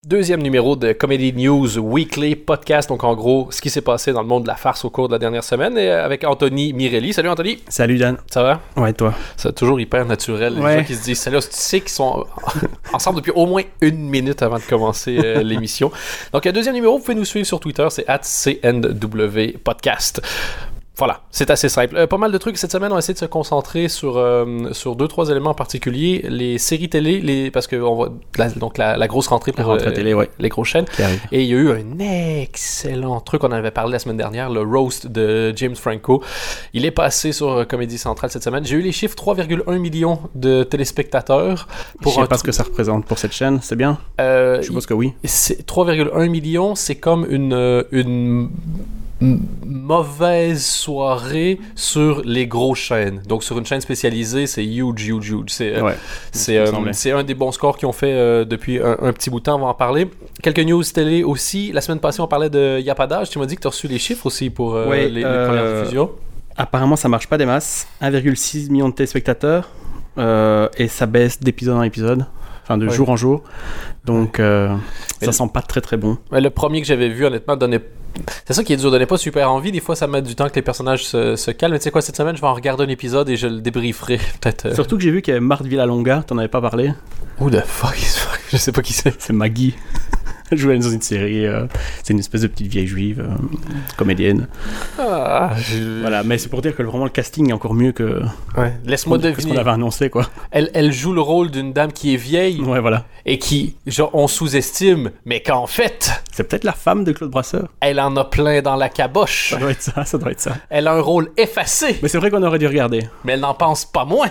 Deuxième numéro de Comedy News Weekly Podcast. Donc, en gros, ce qui s'est passé dans le monde de la farce au cours de la dernière semaine et avec Anthony Mirelli. Salut, Anthony. Salut, Dan. Ça va? Ouais, toi? C'est toujours hyper naturel. Les gens qui se disent, salut, tu sais qu'ils sont ensemble depuis au moins une minute avant de commencer l'émission. Donc, deuxième numéro, vous pouvez nous suivre sur Twitter, c'est @CNW Podcast. Voilà, c'est assez simple. Pas mal de trucs. Cette semaine, on va essayer de se concentrer sur 2-3 éléments en particulier. Les séries télé, parce qu'on voit la grosse rentrée pour télé, ouais. les grosses chaînes. Qui arrive. Et il y a eu un excellent truc, on en avait parlé la semaine dernière, le roast de James Franco. Il est passé sur Comédie Centrale cette semaine. J'ai eu les chiffres, 3,1 millions de téléspectateurs. Je sais pas ce que ça représente pour cette chaîne, c'est bien? Je suppose que oui. 3,1 millions, c'est comme une mauvaise soirée sur les grosses chaînes. Donc sur une chaîne spécialisée, c'est huge. C'est un des bons scores qu'ils ont fait depuis un petit bout de temps, on va en parler. Quelques news télé aussi. La semaine passée, on parlait de Y'a pas d'âge. Tu m'as dit que tu as reçu les chiffres aussi pour les premières diffusions. Apparemment, ça marche pas des masses. 1,6 million de téléspectateurs et ça baisse d'épisode en épisode. Enfin, de jour en jour. Donc, ça sent pas très très bon. Le premier que j'avais vu, honnêtement, donnait... C'est ça qui est dur, donnait pas super envie. Des fois, ça met du temps que les personnages se calment. Mais tu sais quoi, cette semaine, je vais en regarder un épisode et je le débrieferai, peut-être. Surtout que j'ai vu qu'il y avait Marthe Villalonga, t'en avais pas parlé. Who the fuck? Je sais pas qui c'est. C'est Maggie. Elle jouait dans une série, c'est une espèce de petite vieille juive, comédienne. Voilà, mais c'est pour dire que vraiment le casting est encore mieux que laisse-moi deviner. Ce qu'on avait annoncé, quoi. Elle joue le rôle d'une dame qui est vieille, voilà. Et qui, genre, on sous-estime, mais qu'en fait... C'est peut-être la femme de Claude Brasseur. Elle en a plein dans la caboche. Ça doit être ça. Elle a un rôle effacé. Mais c'est vrai qu'on aurait dû regarder. Mais elle n'en pense pas moins.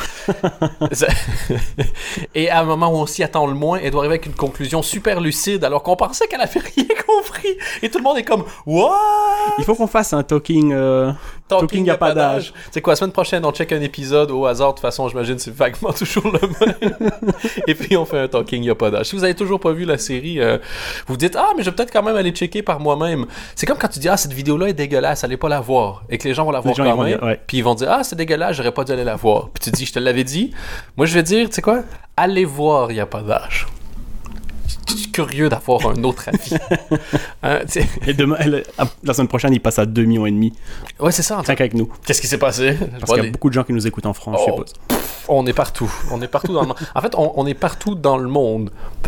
Et à un moment où on s'y attend le moins, elle doit arriver avec une conclusion super lucide alors qu'on pensait qu'elle avait rien compris. Et tout le monde est comme « What? » Il faut qu'on fasse un talking y'a pas d'âge. C'est quoi, la semaine prochaine, on check un épisode au hasard. De toute façon, j'imagine c'est vaguement toujours le même. Et puis on fait un talking y'a pas d'âge. Si vous avez toujours pas vu la série, vous vous dites « Ah, mais je vais peut-être quand même aller checker par moi-même. » C'est comme quand tu dis « Ah, cette vidéo-là est dégueulasse, allez pas la voir. » Et que les gens vont la voir quand même. Puis ils vont dire « Ah, c'est dégueulasse, j'aurais pas dû aller la voir. » Puis tu dis « Je te l'avais dit. » Moi, je vais dire, tu sais quoi? Allez voir y'a pas d'âge. Je suis curieux d'avoir un autre avis. Et demain, la semaine prochaine, il passe à 2,5 millions. Ouais, c'est ça. Rien qu'avec nous. Qu'est-ce qui s'est passé? Parce qu'il y a beaucoup de gens qui nous écoutent en France, je suppose. On est partout. On est partout dans le monde. En fait, on est partout dans le monde.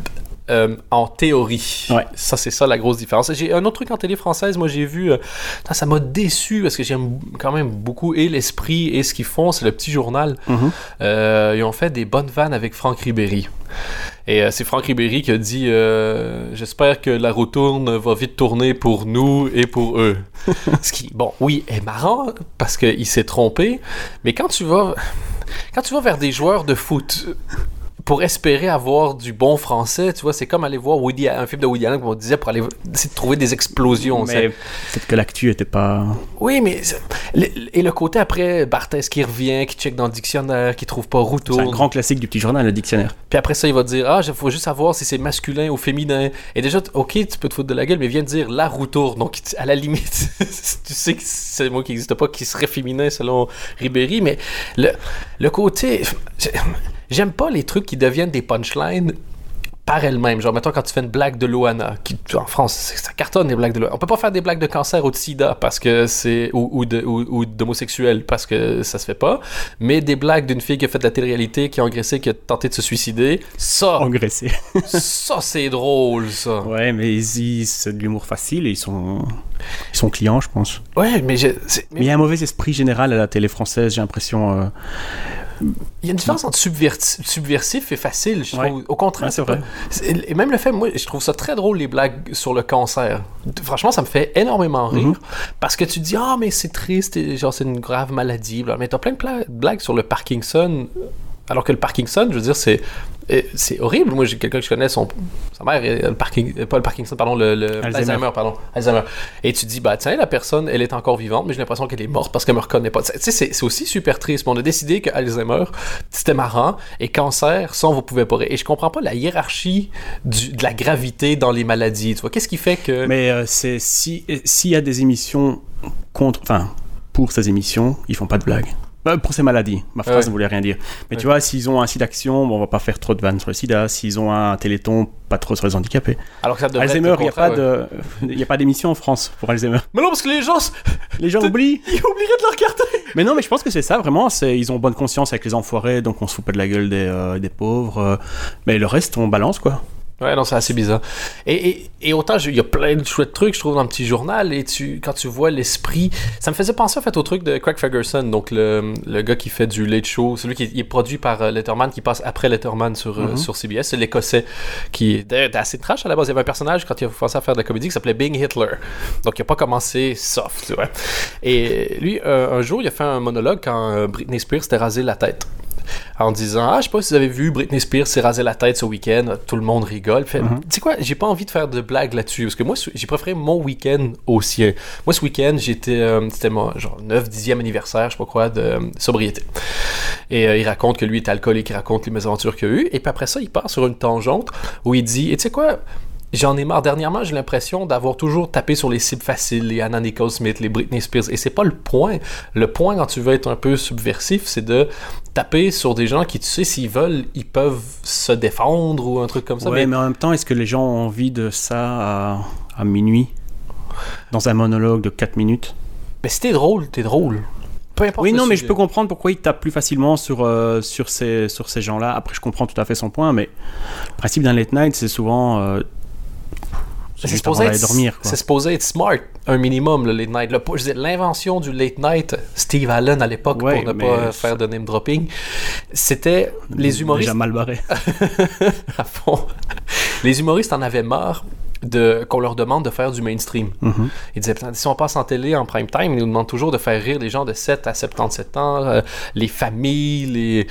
En théorie. Ouais. Ça, c'est ça la grosse différence. J'ai un autre truc en télé française, moi j'ai vu, ça m'a déçu parce que j'aime quand même beaucoup et l'esprit et ce qu'ils font, c'est le petit journal. Ils ont fait des bonnes vannes avec Franck Ribéry. Et c'est Franck Ribéry qui a dit j'espère que la roue tourne va vite tourner pour nous et pour eux. Ce qui, bon, oui, est marrant parce qu'il s'est trompé, mais quand tu vas vers des joueurs de foot pour espérer avoir du bon français, tu vois, c'est comme aller voir un film de Woody Allen, comme on disait, pour aller essayer de trouver des explosions. Mais peut-être que l'actu était pas... Oui, mais... Et le côté après, Barthès qui revient, qui check dans le dictionnaire, qui trouve pas roue tourne. C'est un grand classique du petit journal, le dictionnaire. Puis après ça, il va te dire, il faut juste savoir si c'est masculin ou féminin. Et déjà, ok, tu peux te foutre de la gueule, mais viens de dire la roue tourne. Donc, à la limite, tu sais que c'est le mot qui n'existe pas, qui serait féminin selon Ribéry, mais le côté... J'aime pas les trucs qui deviennent des punchlines par elles-mêmes. Genre, mettons, quand tu fais une blague de Loana, en France, ça cartonne des blagues de Loana. On peut pas faire des blagues de cancer ou de sida parce que c'est... ou d'homosexuel parce que ça se fait pas. Mais des blagues d'une fille qui a fait de la télé-réalité, qui a engraissé, qui a tenté de se suicider, ça... Engraissé. Ça, c'est drôle, ça. Ouais, mais c'est de l'humour facile et ils sont clients, je pense. Ouais, mais... Mais il y a un mauvais esprit général à la télé française, j'ai l'impression... Il y a une différence entre subversif et facile, je trouve. Au contraire, c'est vrai. Et même le fait, moi, je trouve ça très drôle, les blagues sur le cancer. Franchement, ça me fait énormément rire. Parce que tu dis, mais c'est triste, genre, c'est une grave maladie. Mais t'as plein de blagues sur le Parkinson. Alors que le Parkinson, je veux dire, c'est horrible. Moi, j'ai quelqu'un que je connais, sa mère est Alzheimer, Alzheimer. Et tu dis, tiens, la personne, elle est encore vivante, mais j'ai l'impression qu'elle est morte parce qu'elle me reconnaît pas. Tu sais, c'est aussi super triste. Mais on a décidé que Alzheimer, c'était marrant, et cancer, ça, on ne pouvait pas. Et je comprends pas la hiérarchie de la gravité dans les maladies. Tu vois, qu'est-ce qui fait que... Mais s'il y a des émissions pour ces émissions, ils font pas de blagues. Pour ces maladies. Ma phrase ne voulait rien dire. Mais tu vois, s'ils ont un site d'action, bon, on va pas faire trop de vannes sur le sida. S'ils ont un téléthon, pas trop sur les handicapés. Alors que ça devrait Alzheimer, être il n'y a pas d'émission en France pour Alzheimer. Mais non, parce que les gens oublient. Ils oublieraient de leur carte. Mais non, mais je pense que c'est ça, vraiment. Ils ont bonne conscience avec les enfoirés, donc on se fout pas de la gueule des pauvres. Mais le reste, on balance, quoi. Ouais, non, c'est assez bizarre. Et autant, il y a plein de chouettes trucs, je trouve, dans le petit journal, et quand tu vois l'esprit... Ça me faisait penser, en fait, au truc de Craig Ferguson, donc le gars qui fait du Late Show, celui qui est produit par Letterman, qui passe après Letterman sur CBS. C'est l'Écossais, qui est assez trash à la base. Il y avait un personnage, quand il a commencé à faire de la comédie, qui s'appelait Bing Hitler. Donc, il n'a pas commencé soft, tu vois. Et lui, un jour, il a fait un monologue quand Britney Spears s'était rasé la tête. En disant, je sais pas si vous avez vu, Britney Spears s'est rasé la tête ce week-end, tout le monde rigole. Tu sais quoi, j'ai pas envie de faire de blagues là-dessus, parce que moi, j'ai préféré mon week-end au sien. Moi, ce week-end, c'était mon genre 9-10e anniversaire, je sais pas quoi, de sobriété. Et il raconte que lui est alcoolique, il raconte les mésaventures qu'il a eues, et puis après ça, il part sur une tangente où il dit, et tu sais quoi, j'en ai marre. Dernièrement, j'ai l'impression d'avoir toujours tapé sur les cibles faciles, les Anna Nicole Smith, les Britney Spears. Et c'est pas le point. Le point, quand tu veux être un peu subversif, c'est de taper sur des gens qui, tu sais, s'ils veulent, ils peuvent se défendre ou un truc comme ça. Ouais, mais en même temps, est-ce que les gens ont envie de ça à minuit, dans un monologue de 4 minutes? Mais si t'es drôle, t'es drôle. Peu importe. Oui, non, mais sujet. je peux comprendre pourquoi il tape plus facilement sur ces gens-là. Après, je comprends tout à fait son point, mais le principe d'un late night, c'est souvent... c'est supposé être smart, un minimum, le late night. Je disais, l'invention du late night, Steve Allen à l'époque, pour ne pas faire de name dropping, c'était les humoristes. Déjà mal barré. À fond. Les humoristes en avaient marre qu'on leur demande de faire du mainstream. Ils disaient, si on passe en télé en prime time, ils nous demandent toujours de faire rire les gens de 7 à 77 ans, les familles,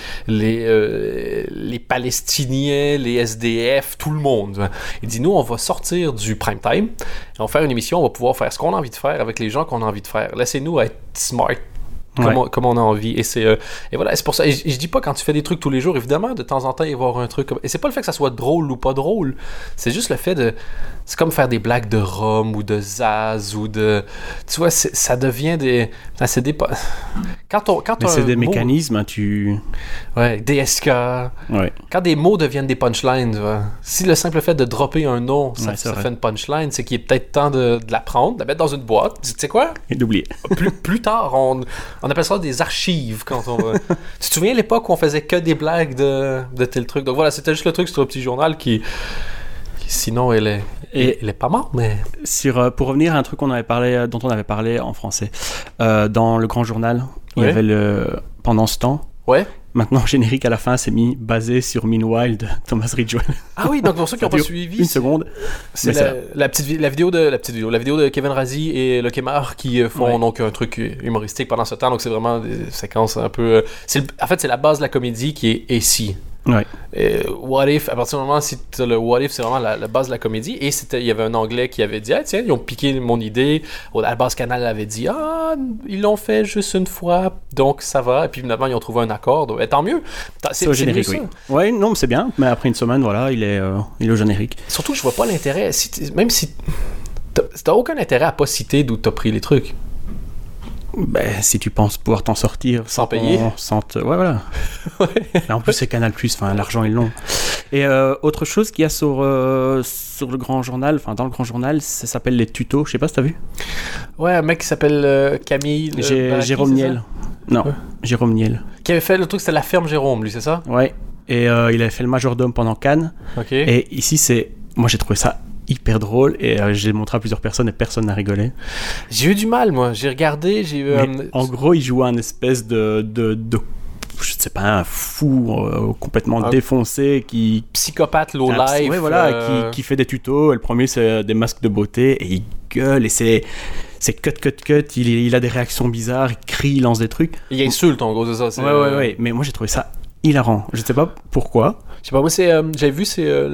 les Palestiniens, les SDF, tout le monde. Il dit, nous, on va sortir du prime time, on va faire une émission, on va pouvoir faire ce qu'on a envie de faire avec les gens qu'on a envie de faire. Laissez-nous être smart. Comme on a envie. Et voilà, c'est pour ça. Et je dis pas quand tu fais des trucs tous les jours, évidemment, de temps en temps, il va y avoir un truc comme... Et c'est pas le fait que ça soit drôle ou pas drôle. C'est juste le fait de... C'est comme faire des blagues de rhum ou de Zaz ou de... Tu vois, ça devient des... C'est des... Mais c'est des mécanismes, hein, Ouais, DSK. Ouais. Quand des mots deviennent des punchlines, tu vois. Si le simple fait de dropper un nom, ça fait une punchline, c'est qu'il est peut-être temps de la prendre, de la mettre dans une boîte. Tu sais quoi? Et d'oublier. Plus tard, on appelle ça des archives quand on va... Tu te souviens à l'époque où on faisait que des blagues de tel truc? Donc voilà, c'était juste le truc sur le petit journal qui sinon, elle est pas morte, mais... Pour revenir à un truc dont on avait parlé en français, dans le grand journal, il y avait pendant ce temps. Ouais. Maintenant, le générique à la fin s'est mis basé sur Meanwhile de Thomas Ridgewell. Ah oui, donc pour ceux qui n'ont pas suivi... Une seconde. C'est la vidéo de Kevin Razi et Le Kemar qui font donc un truc humoristique pendant ce temps. Donc c'est vraiment des séquences un peu... En fait, c'est la base de la comédie qui est ici. Ouais. What If, à partir du moment si t'as le What If, c'est vraiment la base de la comédie. Et il y avait un Anglais qui avait dit, tiens, ils ont piqué mon idée. À la base, Canal avait dit, ils l'ont fait juste une fois, donc ça va. Et puis finalement, ils ont trouvé un accord. Donc, tant mieux. C'est au générique, oui. Ouais, non, mais c'est bien. Mais après une semaine, voilà, il est au générique. Surtout que je vois pas l'intérêt. Même si t'as aucun intérêt à pas citer d'où t'as pris les trucs. Ben, si tu penses pouvoir t'en sortir sans payer, ouais, voilà. En plus c'est Canal+, l'argent ils l'ont. Et autre chose qu'il y a sur le grand journal, dans le grand journal, ça s'appelle les tutos. Je sais pas si t'as vu. Ouais, un mec qui s'appelle Camille. Jérôme Niel. Non, Jérôme Niel. Qui avait fait le truc, c'était la ferme Jérôme, lui, c'est ça? Ouais. Et il avait fait le majordome pendant Cannes. Ok. Et ici moi j'ai trouvé ça hyper drôle et j'ai montré à plusieurs personnes et personne n'a rigolé. J'ai eu du mal, moi. J'ai regardé, en gros, il jouait un espèce de je sais pas, un fou complètement défoncé qui... Psychopathe low life. Ouais, voilà, qui fait des tutos. Et le premier, c'est des masques de beauté et il gueule et c'est cut. Il a des réactions bizarres, il crie, il lance des trucs. Il insulte, en gros, c'est ça. Ouais. Mais moi, j'ai trouvé ça hilarant. Je sais pas pourquoi. Je sais pas, moi, j'avais vu,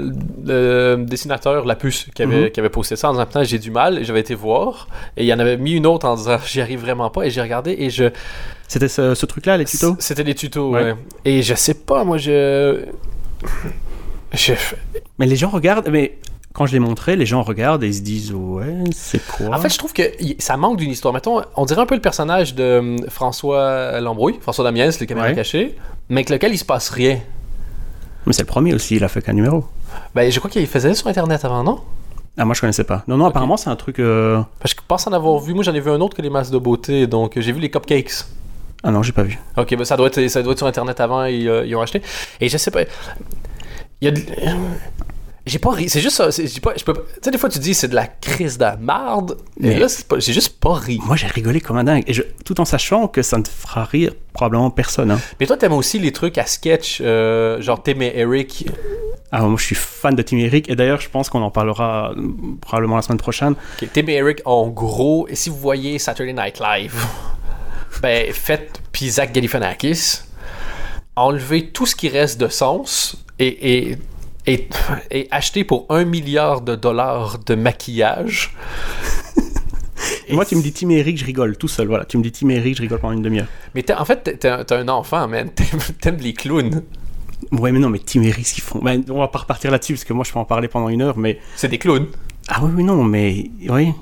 le dessinateur Lapuce qui avait posté ça en disant, putain, j'ai du mal, et j'avais été voir, et il en avait mis une autre en disant, j'y arrive vraiment pas, et j'ai regardé, et C'était ce truc-là, les tutos? C'était les tutos, ouais. Et je sais pas, moi, Mais les gens regardent, mais quand je les montrais, les gens regardent et ils se disent ouais, c'est quoi? En fait, je trouve que ça manque d'une histoire. Mettons, on dirait un peu le personnage de François Lambrouille, François Damiens, les caméras cachées, mais avec lequel il se passe rien. Mais c'est le premier aussi, il a fait qu'un numéro. Ben, je crois qu'il faisait sur Internet avant, non? Ah, moi je connaissais pas. Non, apparemment c'est un truc... Parce que je pense en avoir vu. Moi j'en ai vu un autre que les masses de beauté, donc j'ai vu les cupcakes. Ah non, j'ai pas vu. Ok, ben ça doit être sur Internet avant, ils ont acheté. Et je sais pas... Il y a j'ai pas ri, c'est juste ça. Je peux pas... Tu sais, des fois tu dis c'est de la crise de marde, mais là j'ai juste pas ri. Moi j'ai rigolé comme un dingue, et tout en sachant que ça ne fera rire probablement personne. Hein. Mais toi t'aimes aussi les trucs à sketch, genre Tim et Eric. Ah, moi je suis fan de Tim et Eric, et d'ailleurs je pense qu'on en parlera probablement la semaine prochaine. Okay, Tim et Eric en gros, et si vous voyez Saturday Night Live, ben faites, puis Zach Galifianakis, enlevez tout ce qui reste de sens et acheter pour $1 milliard de maquillage. Et moi, tu me dis Tim et Eric, je rigole tout seul. Voilà, tu me dis Tim et Eric, je rigole pendant une demi-heure. Mais en fait, t'es un enfant, man. T'aimes les clowns. Ouais, mais non, mais Tim et Eric, ce qu'ils font. Ben, on va pas repartir là-dessus parce que moi, je peux en parler pendant une heure, mais. C'est des clowns. Ah oui, non, mais. Oui.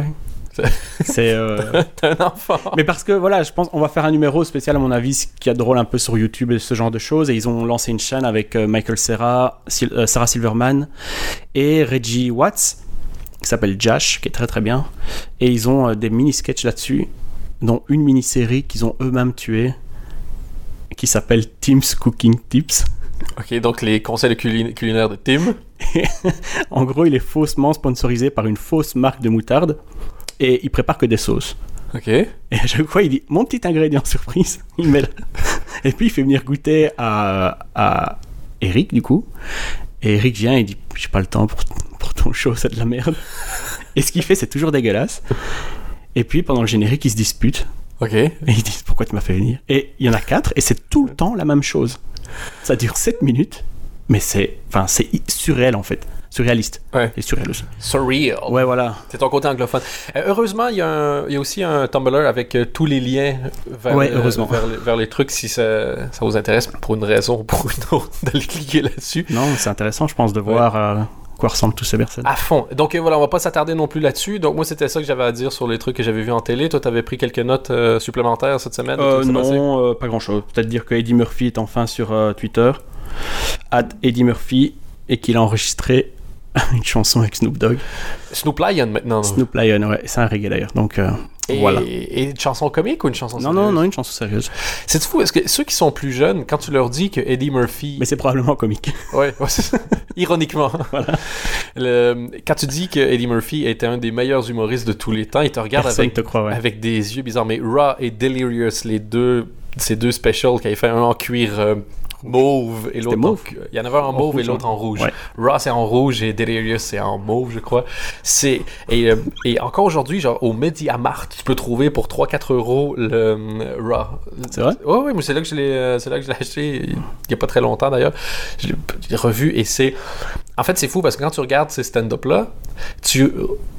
C'est T'es un enfant. Mais parce que voilà, je pense on va faire un numéro spécial à mon avis, ce qui est drôle un peu sur YouTube et ce genre de choses. Et ils ont lancé une chaîne avec Michael Cera, Sarah Silverman et Reggie Watts, qui s'appelle Josh, qui est très très bien. Et ils ont des mini-sketchs là-dessus, dont une mini-série qu'ils ont eux-mêmes tuée, qui s'appelle Tim's Cooking Tips. Ok, donc les conseils culinaires de Tim. En gros, il est faussement sponsorisé par une fausse marque de moutarde. Et il prépare que des sauces. Ok. Et à chaque fois, il dit mon petit ingrédient surprise. Il met et puis il fait venir goûter à Eric du coup. Et Eric vient et il dit j'ai pas le temps pour ton show, c'est de la merde. Et ce qu'il fait, c'est toujours dégueulasse. Et puis pendant le générique, ils se disputent. Ok. Et ils disent pourquoi tu m'as fait venir. Et il y en a 4 et c'est tout le temps la même chose. Ça dure 7 minutes, mais c'est surréel en fait. Surréaliste. Ouais. Et surréal aussi. Surreal. Ouais, voilà. C'est ton côté anglophone. Heureusement, il y a aussi un Tumblr avec tous les liens vers les trucs si ça vous intéresse pour une raison ou pour une autre d'aller cliquer là-dessus. Non, c'est intéressant, je pense, de voir quoi ressemblent tous ces personnes. À fond. Donc voilà, on va pas s'attarder non plus là-dessus. Donc moi, c'était ça que j'avais à dire sur les trucs que j'avais vus en télé. Toi, t'avais pris quelques notes supplémentaires cette semaine? Non, pas grand-chose. Peut-être dire que Eddie Murphy est enfin sur Twitter, @EddieMurphy, et qu'il a enregistré une chanson avec Snoop Dogg. Snoop Lion maintenant. Snoop Lion, ouais, c'est un reggae d'ailleurs. Donc voilà. Et une chanson comique ou une chanson sérieuse? Non, une chanson sérieuse. C'est fou, est-ce que ceux qui sont plus jeunes, quand tu leur dis que Eddie Murphy... Mais c'est probablement comique. Ouais, ironiquement. Voilà. Quand tu dis que Eddie Murphy était un des meilleurs humoristes de tous les temps, ils te regardent avec des yeux bizarres. Mais Raw et Delirious, ces deux specials qui avaient fait un en cuir... mauve et l'autre mauve. Il y en avait un en mauve et l'autre en rouge. Ouais. Raw c'est en rouge et Delirious c'est en mauve, je crois. Et encore aujourd'hui, genre au MediaMarkt, tu peux trouver pour 3-4 euros le Raw. C'est vrai? Oui, mais c'est là que je l'ai acheté il y a pas très longtemps d'ailleurs. Je l'ai revu et c'est... En fait, c'est fou parce que quand tu regardes ces stand-up là, tu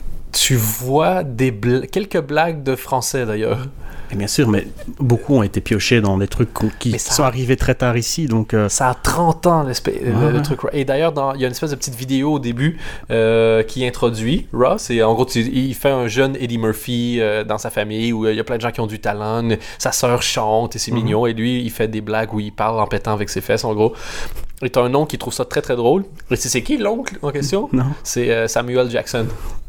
vois quelques blagues de français d'ailleurs. Et bien sûr, mais beaucoup ont été piochés dans des trucs qui sont arrivés très tard ici, donc... Ça a 30 ans, le truc. Et d'ailleurs, il y a une espèce de petite vidéo au début qui introduit Ross, et en gros, il fait un jeune Eddie Murphy dans sa famille, où il y a plein de gens qui ont du talent, sa sœur chante, et c'est mignon, et lui, il fait des blagues où il parle en pétant avec ses fesses, en gros. Et t'as un oncle qui trouve ça très très drôle. Et c'est qui l'oncle en question? Non. C'est Samuel Jackson.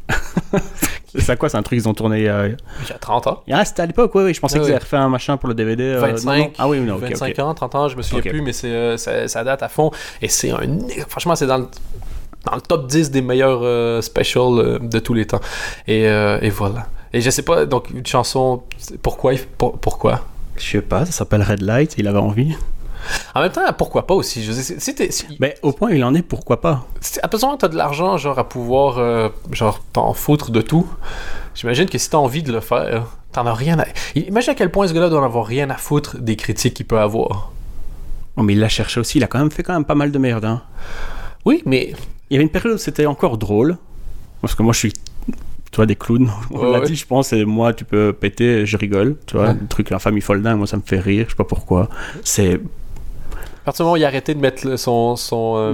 C'est quoi? C'est un truc qu'ils ont tourné il y a 30 ans. Ah, c'était à l'époque, oui. Je pensais qu'ils avaient refait un machin pour le DVD. 25. Non. Ah oui, non, 25 ans, 30 ans, je me souviens plus, mais ça date à fond. Et c'est franchement, c'est dans le top 10 des meilleurs specials de tous les temps. Et voilà. Et je sais pas, donc une chanson, pourquoi? Je sais pas, ça s'appelle Red Light, il avait envie. En même temps, pourquoi pas aussi? Je sais, mais au point où il en est, pourquoi pas? À besoin t'as de l'argent, genre à pouvoir t'en foutre de tout. J'imagine que si t'as envie de le faire, t'en as rien à... Imagine à quel point ce gars-là doit en avoir rien à foutre des critiques qu'il peut avoir. Oh, mais il l'a cherché aussi, il a quand même fait pas mal de merde. Hein. Oui, mais... Il y avait une période où c'était encore drôle, parce que moi je suis... Tu vois, des clowns, on l'a dit, je pense, et moi tu peux péter, je rigole, tu vois, le truc, la famille Foldin, moi ça me fait rire, je sais pas pourquoi. C'est... À partir du moment où il a arrêté de mettre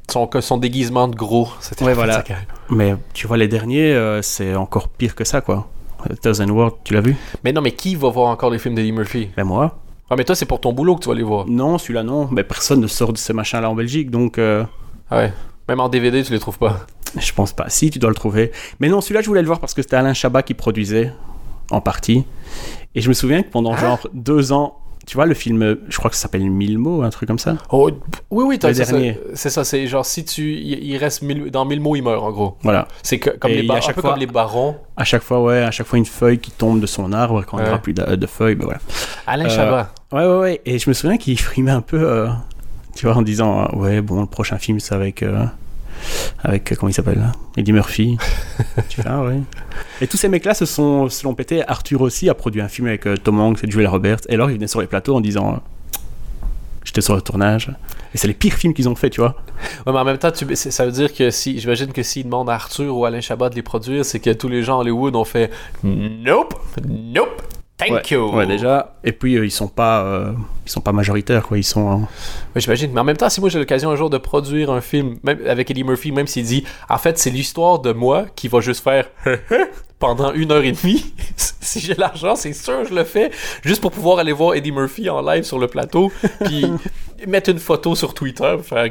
son déguisement de gros. C'était Ouais, voilà. Mais tu vois, les derniers, c'est encore pire que ça, quoi. Thousand World, tu l'as vu? Mais non, mais qui va voir encore les films d'Eddie Murphy? Ben moi. Ah, mais toi, c'est pour ton boulot que tu vas les voir. Non, celui-là, non. Mais personne ne sort de ces machins-là en Belgique, donc... Ah ouais. Même en DVD, tu les trouves pas. Je pense pas. Si, tu dois le trouver. Mais non, celui-là, je voulais le voir parce que c'était Alain Chabat qui produisait, en partie. Et je me souviens que pendant genre 2 ans... Tu vois, le film, je crois que ça s'appelle 1000 mots, un truc comme ça. Oh, oui, Le dernier. C'est ça, c'est genre si il reste dans 1000 mots, il meurt en gros. Voilà. C'est comme Et un peu comme les barons. À chaque fois, une feuille qui tombe de son arbre, quand il n'y aura plus de feuilles, ben voilà. Alain Chabat. Ouais. Et je me souviens qu'il frimait un peu, tu vois, en disant, ouais, bon, le prochain film, c'est avec comment il s'appelle là, Eddie Murphy. Tu fais, ah ouais. Et tous ces mecs-là se l'ont pété. Arthur aussi a produit un film avec Tom Hanks et Julia Roberts. Et alors, ils venaient sur les plateaux en disant, j'étais sur le tournage. Et c'est les pires films qu'ils ont fait, tu vois. Ouais, mais en même temps, ça veut dire que j'imagine que s'ils demandent à Arthur ou Alain Chabat de les produire, c'est que tous les gens à Hollywood ont fait nope. Thank you. Ouais, déjà. Et puis ils sont pas majoritaires, quoi. Ils sont. Oui, j'imagine. Mais en même temps, si moi j'ai l'occasion un jour de produire un film, même avec Eddie Murphy, même s'il dit, en fait, c'est l'histoire de moi qui va juste faire pendant 1h30. Si j'ai l'argent, c'est sûr, je le fais, juste pour pouvoir aller voir Eddie Murphy en live sur le plateau, puis mettre une photo sur Twitter, faire.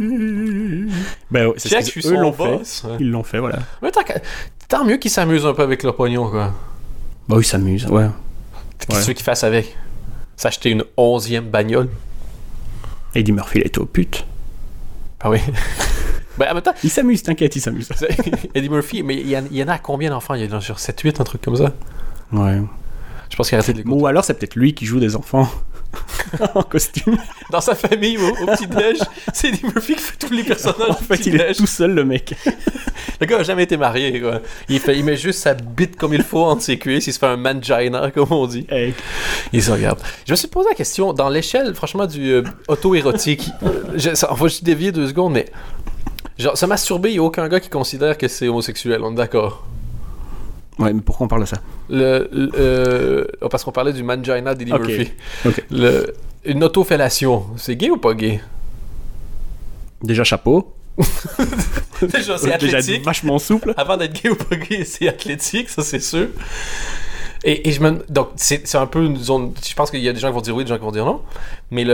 Ben, c'est check, ce je suis eux son l'ont boss. fait. Ils l'ont fait, voilà. Mais tant mieux qu'ils s'amusent un peu avec leur pognon, quoi. Bah oui, ils s'amusent, ouais. Qu'est-ce que tu veux qu'ils fassent avec? S'acheter une 11e bagnole? Eddie Murphy, il était au pute. Ah oui. Ben, en même temps... Il s'amuse, t'inquiète, il s'amuse. Eddie Murphy, mais il y en a combien d'enfants? Il y en a genre 7-8, un truc comme ça? Ouais. Je pense qu'il a arrêté de les compter. Ou alors, c'est peut-être lui qui joue des enfants en costume. Dans sa famille, au petit-déj, c'est Eddie Murphy qui fait tous les personnages. En fait, il est tout seul, le mec. Le gars a jamais été marié, quoi. Il met juste sa bite comme il faut entre ses cuisses, il se fait un mangina, comme on dit. Hey. Il se regarde. Je me suis posé la question, dans l'échelle, franchement, du auto-érotique, on va juste dévier 2 secondes, mais genre, se masturber, il n'y a aucun gars qui considère que c'est homosexuel, on est d'accord? Ouais, mais pourquoi on parle de ça? Parce qu'on parlait du mangina d'Eddie Murphy. Ok. Une autofellation, c'est gay ou pas gay? Déjà, chapeau. Déjà, c'est athlétique. Déjà vachement souple. Avant d'être gay ou pas gay, c'est athlétique, ça c'est sûr. Et donc, c'est un peu une zone. Je pense qu'il y a des gens qui vont dire oui, des gens qui vont dire non. Mais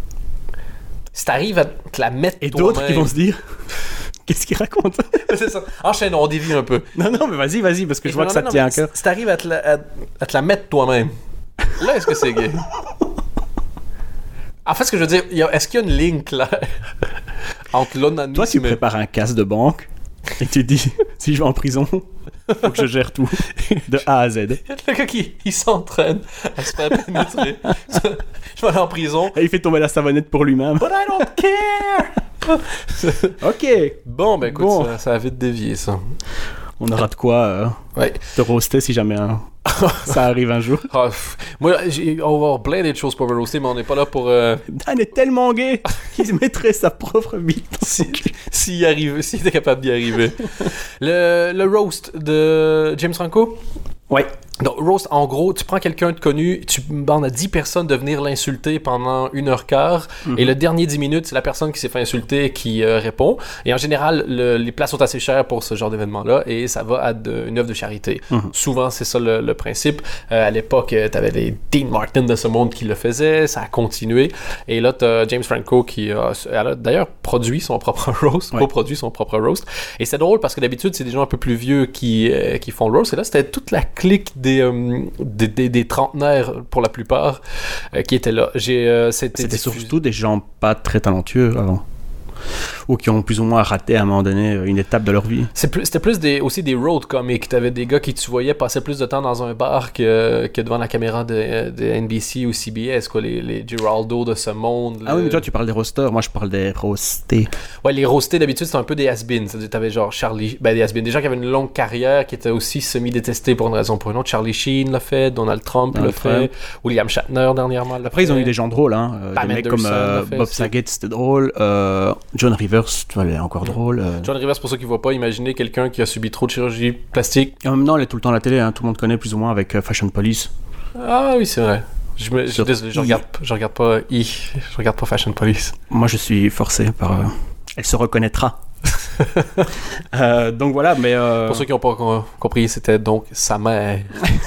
si t'arrives à te la mettre et toi-même... d'autres qui vont se dire... Qu'est-ce qu'il raconte? C'est ça. Enchaîne, on dévie un peu. Non, mais vas-y, parce que je vois que ça te tient à cœur. Si t'arrives à te la mettre toi-même, là, est-ce que c'est gay? En fait, ce que je veux dire, est-ce qu'il y a une ligne claire entre l'onanisme... Toi, tu prépares un casse de banque et tu dis, si je vais en prison, faut que je gère tout, de A à Z. Le gars qui s'entraîne à se faire pénétrer. Je vais aller en prison. Et il fait tomber la savonnette pour lui-même. But I don't care! Ok. Bon, ben écoute, ça a vite dévié, ça. On aura de quoi te roaster si jamais ça arrive un jour. Moi, on va avoir plein d'autres choses pour me roaster, mais on n'est pas là pour... Dan est tellement gay qu'il se mettrait sa propre bite dans son cul. S'il était capable d'y arriver. Le roast de James Franco? Ouais. Donc, roast, en gros, tu prends quelqu'un de connu, tu demandes à 10 personnes de venir l'insulter pendant 1h15, et le dernier 10 minutes, c'est la personne qui s'est fait insulter qui répond. Et en général, les places sont assez chères pour ce genre d'événement-là, et ça va à une œuvre de charité. Souvent, c'est ça le principe. À l'époque, t'avais des Dean Martin de ce monde qui le faisaient, ça a continué. Et là, t'as James Franco qui a d'ailleurs produit son propre roast, coproduit son propre roast. Et c'est drôle parce que d'habitude, c'est des gens un peu plus vieux qui font le roast, et là, c'était toute la clique des trentenaires pour la plupart qui étaient là. C'était surtout des gens pas très talentueux avant, ou qui ont plus ou moins raté à un moment donné une étape de leur vie. C'était plus aussi des road comics. T'avais des gars qui tu voyais passer plus de temps dans un bar que devant la caméra de NBC ou CBS, quoi, les Giraldo de ce monde. Ah oui, mais toi tu parles des roasters, moi je parle des roastés. Ouais, les roastés d'habitude c'est un peu des has-beens. C'est-à-dire t'avais genre des has-beens, des gens qui avaient une longue carrière, qui étaient aussi semi-détestés pour une raison ou pour une autre. Charlie Sheen l'a fait, Donald Trump l'a fait, William Shatner dernièrement l'a fait. Après ils ont eu des gens drôles, des mecs comme Bob Saget, c'était drôle, John Rivers, tu vois, elle est encore drôle. John Rivers, pour ceux qui ne voient pas, imaginez quelqu'un qui a subi trop de chirurgie plastique. Et en même temps, elle est tout le temps à la télé, tout le monde connaît plus ou moins avec Fashion Police. Ah oui, c'est vrai. Je regarde pas Fashion Police. Moi, je suis forcé par Elle se reconnaîtra. Donc voilà, mais... Pour ceux qui n'ont pas compris, c'était donc sa mère.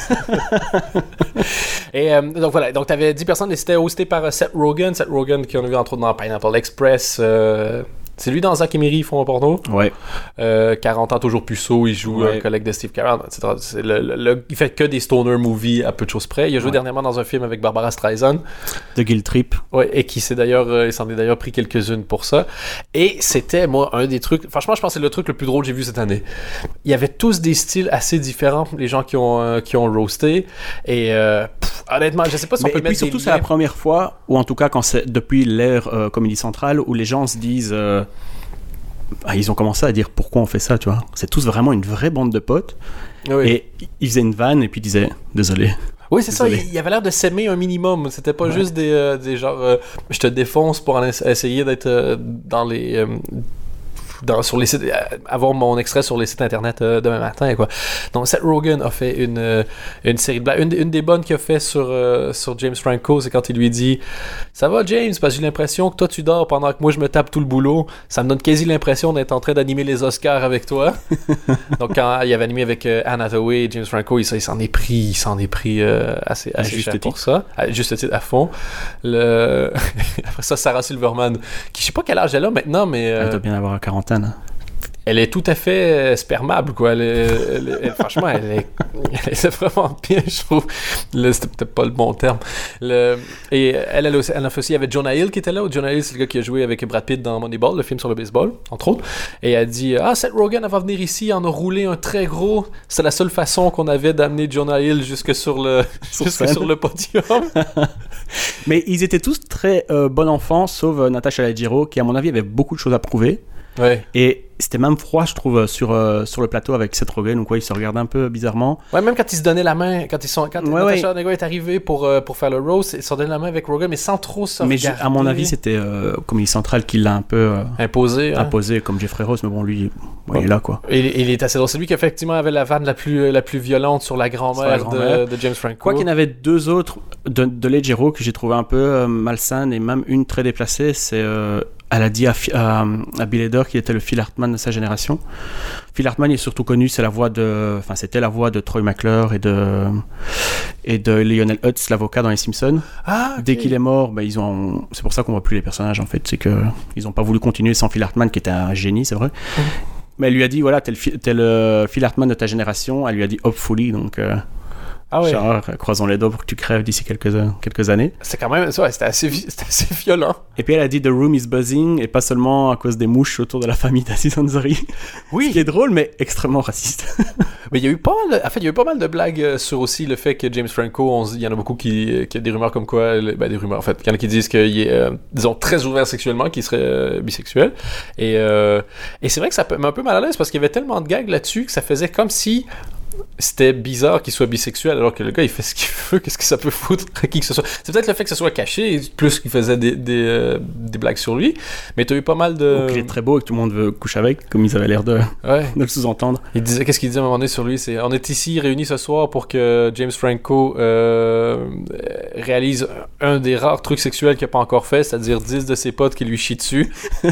Et donc voilà, donc tu avais 10 personnes et c'était hosté par Seth Rogen. Seth Rogen qui on a vu entre autres dans Pineapple Express. C'est lui dans Zack et Miri, ils font un porno. Ouais. 40 ans toujours puceau, il joue un collègue de Steve Carell, etc. Il fait que des stoner movies à peu de choses près. Il a joué dernièrement dans un film avec Barbara Streisand. The Guilt Trip. Ouais, et qui il s'en est d'ailleurs pris quelques-unes pour ça. Et c'était, moi, un des trucs... Franchement, je pense que c'est le truc le plus drôle que j'ai vu cette année. Il y avait tous des styles assez différents, les gens qui ont roasté. Et honnêtement, je sais pas si on peut mettre surtout, c'est la première fois, ou en tout cas, quand c'est depuis l'ère Comédie Centrale, où les gens se disent... ils ont commencé à dire pourquoi on fait ça, tu vois. C'est tous vraiment une vraie bande de potes. Oui. Et ils faisaient une vanne et puis ils disaient désolé. Oui, c'est désolé. Ça. Il avait l'air de s'aimer un minimum. C'était pas juste des genre je te défonce pour essayer d'être dans les. Sur les sites, avoir mon extrait sur les sites internet demain matin, quoi. Donc Seth Rogen a fait une série de blagues. Une des bonnes qu'il a fait sur James Franco, c'est quand il lui dit ça va James, parce que j'ai l'impression que toi tu dors pendant que moi je me tape tout le boulot, ça me donne quasi l'impression d'être en train d'animer les Oscars avec toi. Donc quand il avait animé avec Anne Hathaway, James Franco, il s'en est pris assez cher pour ça, juste titre à fond. Après ça, Sarah Silverman, qui je sais pas quel âge elle a maintenant, mais elle doit bien avoir à 40. Elle est tout à fait spermable, quoi. Franchement, elle est vraiment bien, je trouve. C'était peut-être pas le bon terme. Et elle a fait aussi avec Jonah Hill qui était là. Jonah Hill, c'est le gars qui a joué avec Brad Pitt dans Moneyball, le film sur le baseball, entre autres. Et elle a dit Seth Rogen, elle va venir ici, en a roulé un très gros. C'est la seule façon qu'on avait d'amener Jonah Hill jusque sur le podium. Mais ils étaient tous très bons enfants, sauf Natasha Leggero, qui, à mon avis, avait beaucoup de choses à prouver. Ouais. Et c'était même froid, je trouve, sur le plateau avec Seth Rogen, ou quoi, ils se regardaient un peu bizarrement. Ouais, même quand ils se donnaient la main, quand Natasha Leggero est arrivée pour faire le roast, ils se donnaient la main avec Rogen, mais sans trop se regarder. Mais à mon avis, c'était Comédie Centrale qui l'a un peu imposé comme Jeffrey Ross, mais bon, lui, il est là, quoi. Il est assez drôle. C'est lui qui effectivement avait la vanne la plus violente sur la grand-mère de James Franco. Quoi qu'il y en avait deux autres de Leggero que j'ai trouvé un peu malsaines et même une très déplacée, c'est... elle a dit à Bill Hader qu'il était le Phil Hartman de sa génération. Phil Hartman est surtout connu, c'était la voix de Troy McClure et de Lionel Hutz, l'avocat dans Les Simpsons. Ah, okay. Dès qu'il est mort, c'est pour ça qu'on voit plus les personnages en fait. C'est que ils n'ont pas voulu continuer sans Phil Hartman qui était un génie, c'est vrai. Mais elle lui a dit voilà, t'es le Phil Hartman de ta génération. Elle lui a dit hopefully, donc. Ah ouais. Genre, croisons les doigts pour que tu crèves d'ici quelques années. C'est quand même ça, c'était assez violent. Et puis elle a dit The room is buzzing, et pas seulement à cause des mouches autour de la famille d'Aziz Ansari. Oui. Ce qui est drôle, mais extrêmement raciste. Mais il y a eu pas mal de blagues sur aussi le fait que James Franco, il y en a beaucoup qui a des rumeurs comme quoi, des rumeurs en fait, il y en a qui disent qu'il est, disons, très ouvert sexuellement, qu'il serait bisexuel. Et c'est vrai que ça m'a un peu mal à l'aise parce qu'il y avait tellement de gags là-dessus que ça faisait comme si c'était bizarre qu'il soit bisexuel alors que le gars il fait ce qu'il veut. Qu'est-ce que ça peut foutre à qui que ce soit? C'est peut-être le fait que ce soit caché plus qu'il faisait des blagues sur lui, mais t'as eu pas mal de... Ou qu'il est très beau et que tout le monde veut coucher avec, comme ils avaient l'air de le sous-entendre. Qu'est-ce qu'il disait à un moment donné sur lui, c'est on est ici réunis ce soir pour que James Franco réalise un des rares trucs sexuels qu'il n'a pas encore fait, c'est-à-dire 10 de ses potes qui lui chient dessus.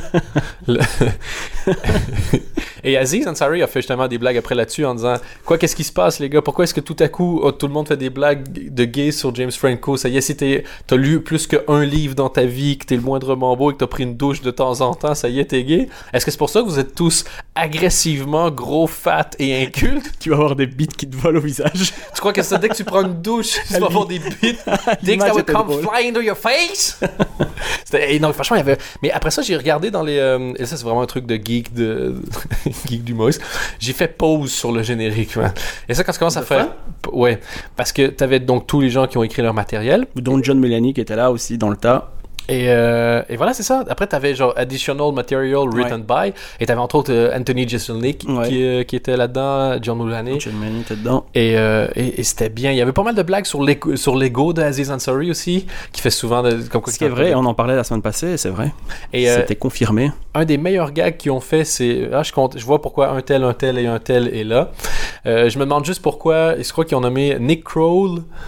Et Aziz Ansari a fait justement des blagues après là-dessus en disant qu'est-ce qui se passe les gars, pourquoi est-ce que tout à coup tout le monde fait des blagues de gays sur James Franco? Ça y est, si t'as lu plus qu'un livre dans ta vie, que t'es le moindrement beau et que t'as pris une douche de temps en temps, ça y est, t'es gay? Est-ce que c'est pour ça que vous êtes tous agressivement gros, fat et incultes? Tu vas avoir des bites qui te volent au visage. Tu crois que c'est dès que tu prends une douche tu vas avoir des bites dès que ça va come fly into your face? Non, franchement il y avait, mais après ça j'ai regardé dans les et ça c'est vraiment un truc de geek geek d'humoriste, j'ai fait pause sur le générique, man. Et ça, quand tu commences à faire... Ouais, parce que t'avais donc tous les gens qui ont écrit leur matériel. Dont John Mulaney qui était là aussi dans le tas. Et voilà, c'est ça. Après, t'avais genre Additional Material Written by. Et t'avais entre autres Anthony Jeselnik qui était là-dedans, John Mulaney. John Mulaney était dedans. Et c'était bien. Il y avait pas mal de blagues sur l'ego d'Aziz Ansari aussi, qui fait souvent... Ce qui est vrai, on en parlait la semaine passée, c'est vrai. Et c'était confirmé. Un des meilleurs gags qu'ils ont fait, c'est... je vois pourquoi un tel et un tel est là. Je me demande juste pourquoi... Je crois qu'ils ont nommé Nick Kroll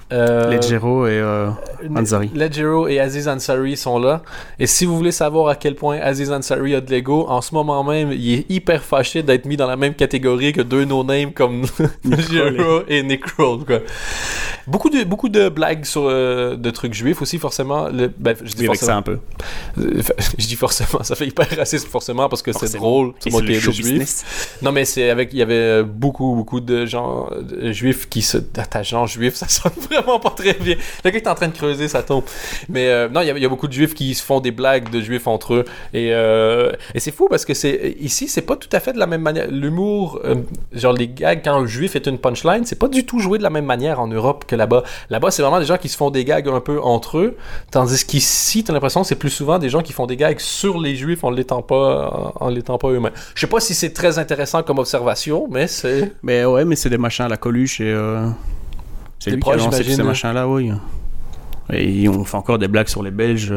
Leggero et Ansari. Leggero et Aziz Ansari sont là. Et si vous voulez savoir à quel point Aziz Ansari a de l'ego, en ce moment même, il est hyper fâché d'être mis dans la même catégorie que deux no-names comme Leggero et Nick Kroll, quoi. Beaucoup de blagues sur de trucs juifs aussi, forcément. Je dis avec ça un peu. Je dis forcément, ça fait hyper raciste forcément parce que c'est drôle. C'est moquer des juifs. Non, mais il y avait beaucoup de gens juifs qui se gens juifs, ça sonne vraiment pas très bien. Le gars qui est en train de creuser, ça tombe. Mais non, il y a beaucoup de juifs qui se font des blagues de juifs entre eux. Et c'est fou parce que ici, c'est pas tout à fait de la même manière. L'humour, genre les gags, quand un juif est une punchline, c'est pas du tout joué de la même manière en Europe que là-bas. Là-bas, c'est vraiment des gens qui se font des gags un peu entre eux. Tandis qu'ici, t'as l'impression que c'est plus souvent des gens qui font des gags sur les juifs en l'étant pas eux-mêmes. Je sais pas si c'est très intéressant comme observation, mais c'est... Mais ouais, mais c'est des machins à la Coluche et... C'est lui qui a lancé tous ces machins-là, oui. Et on fait encore des blagues sur les Belges.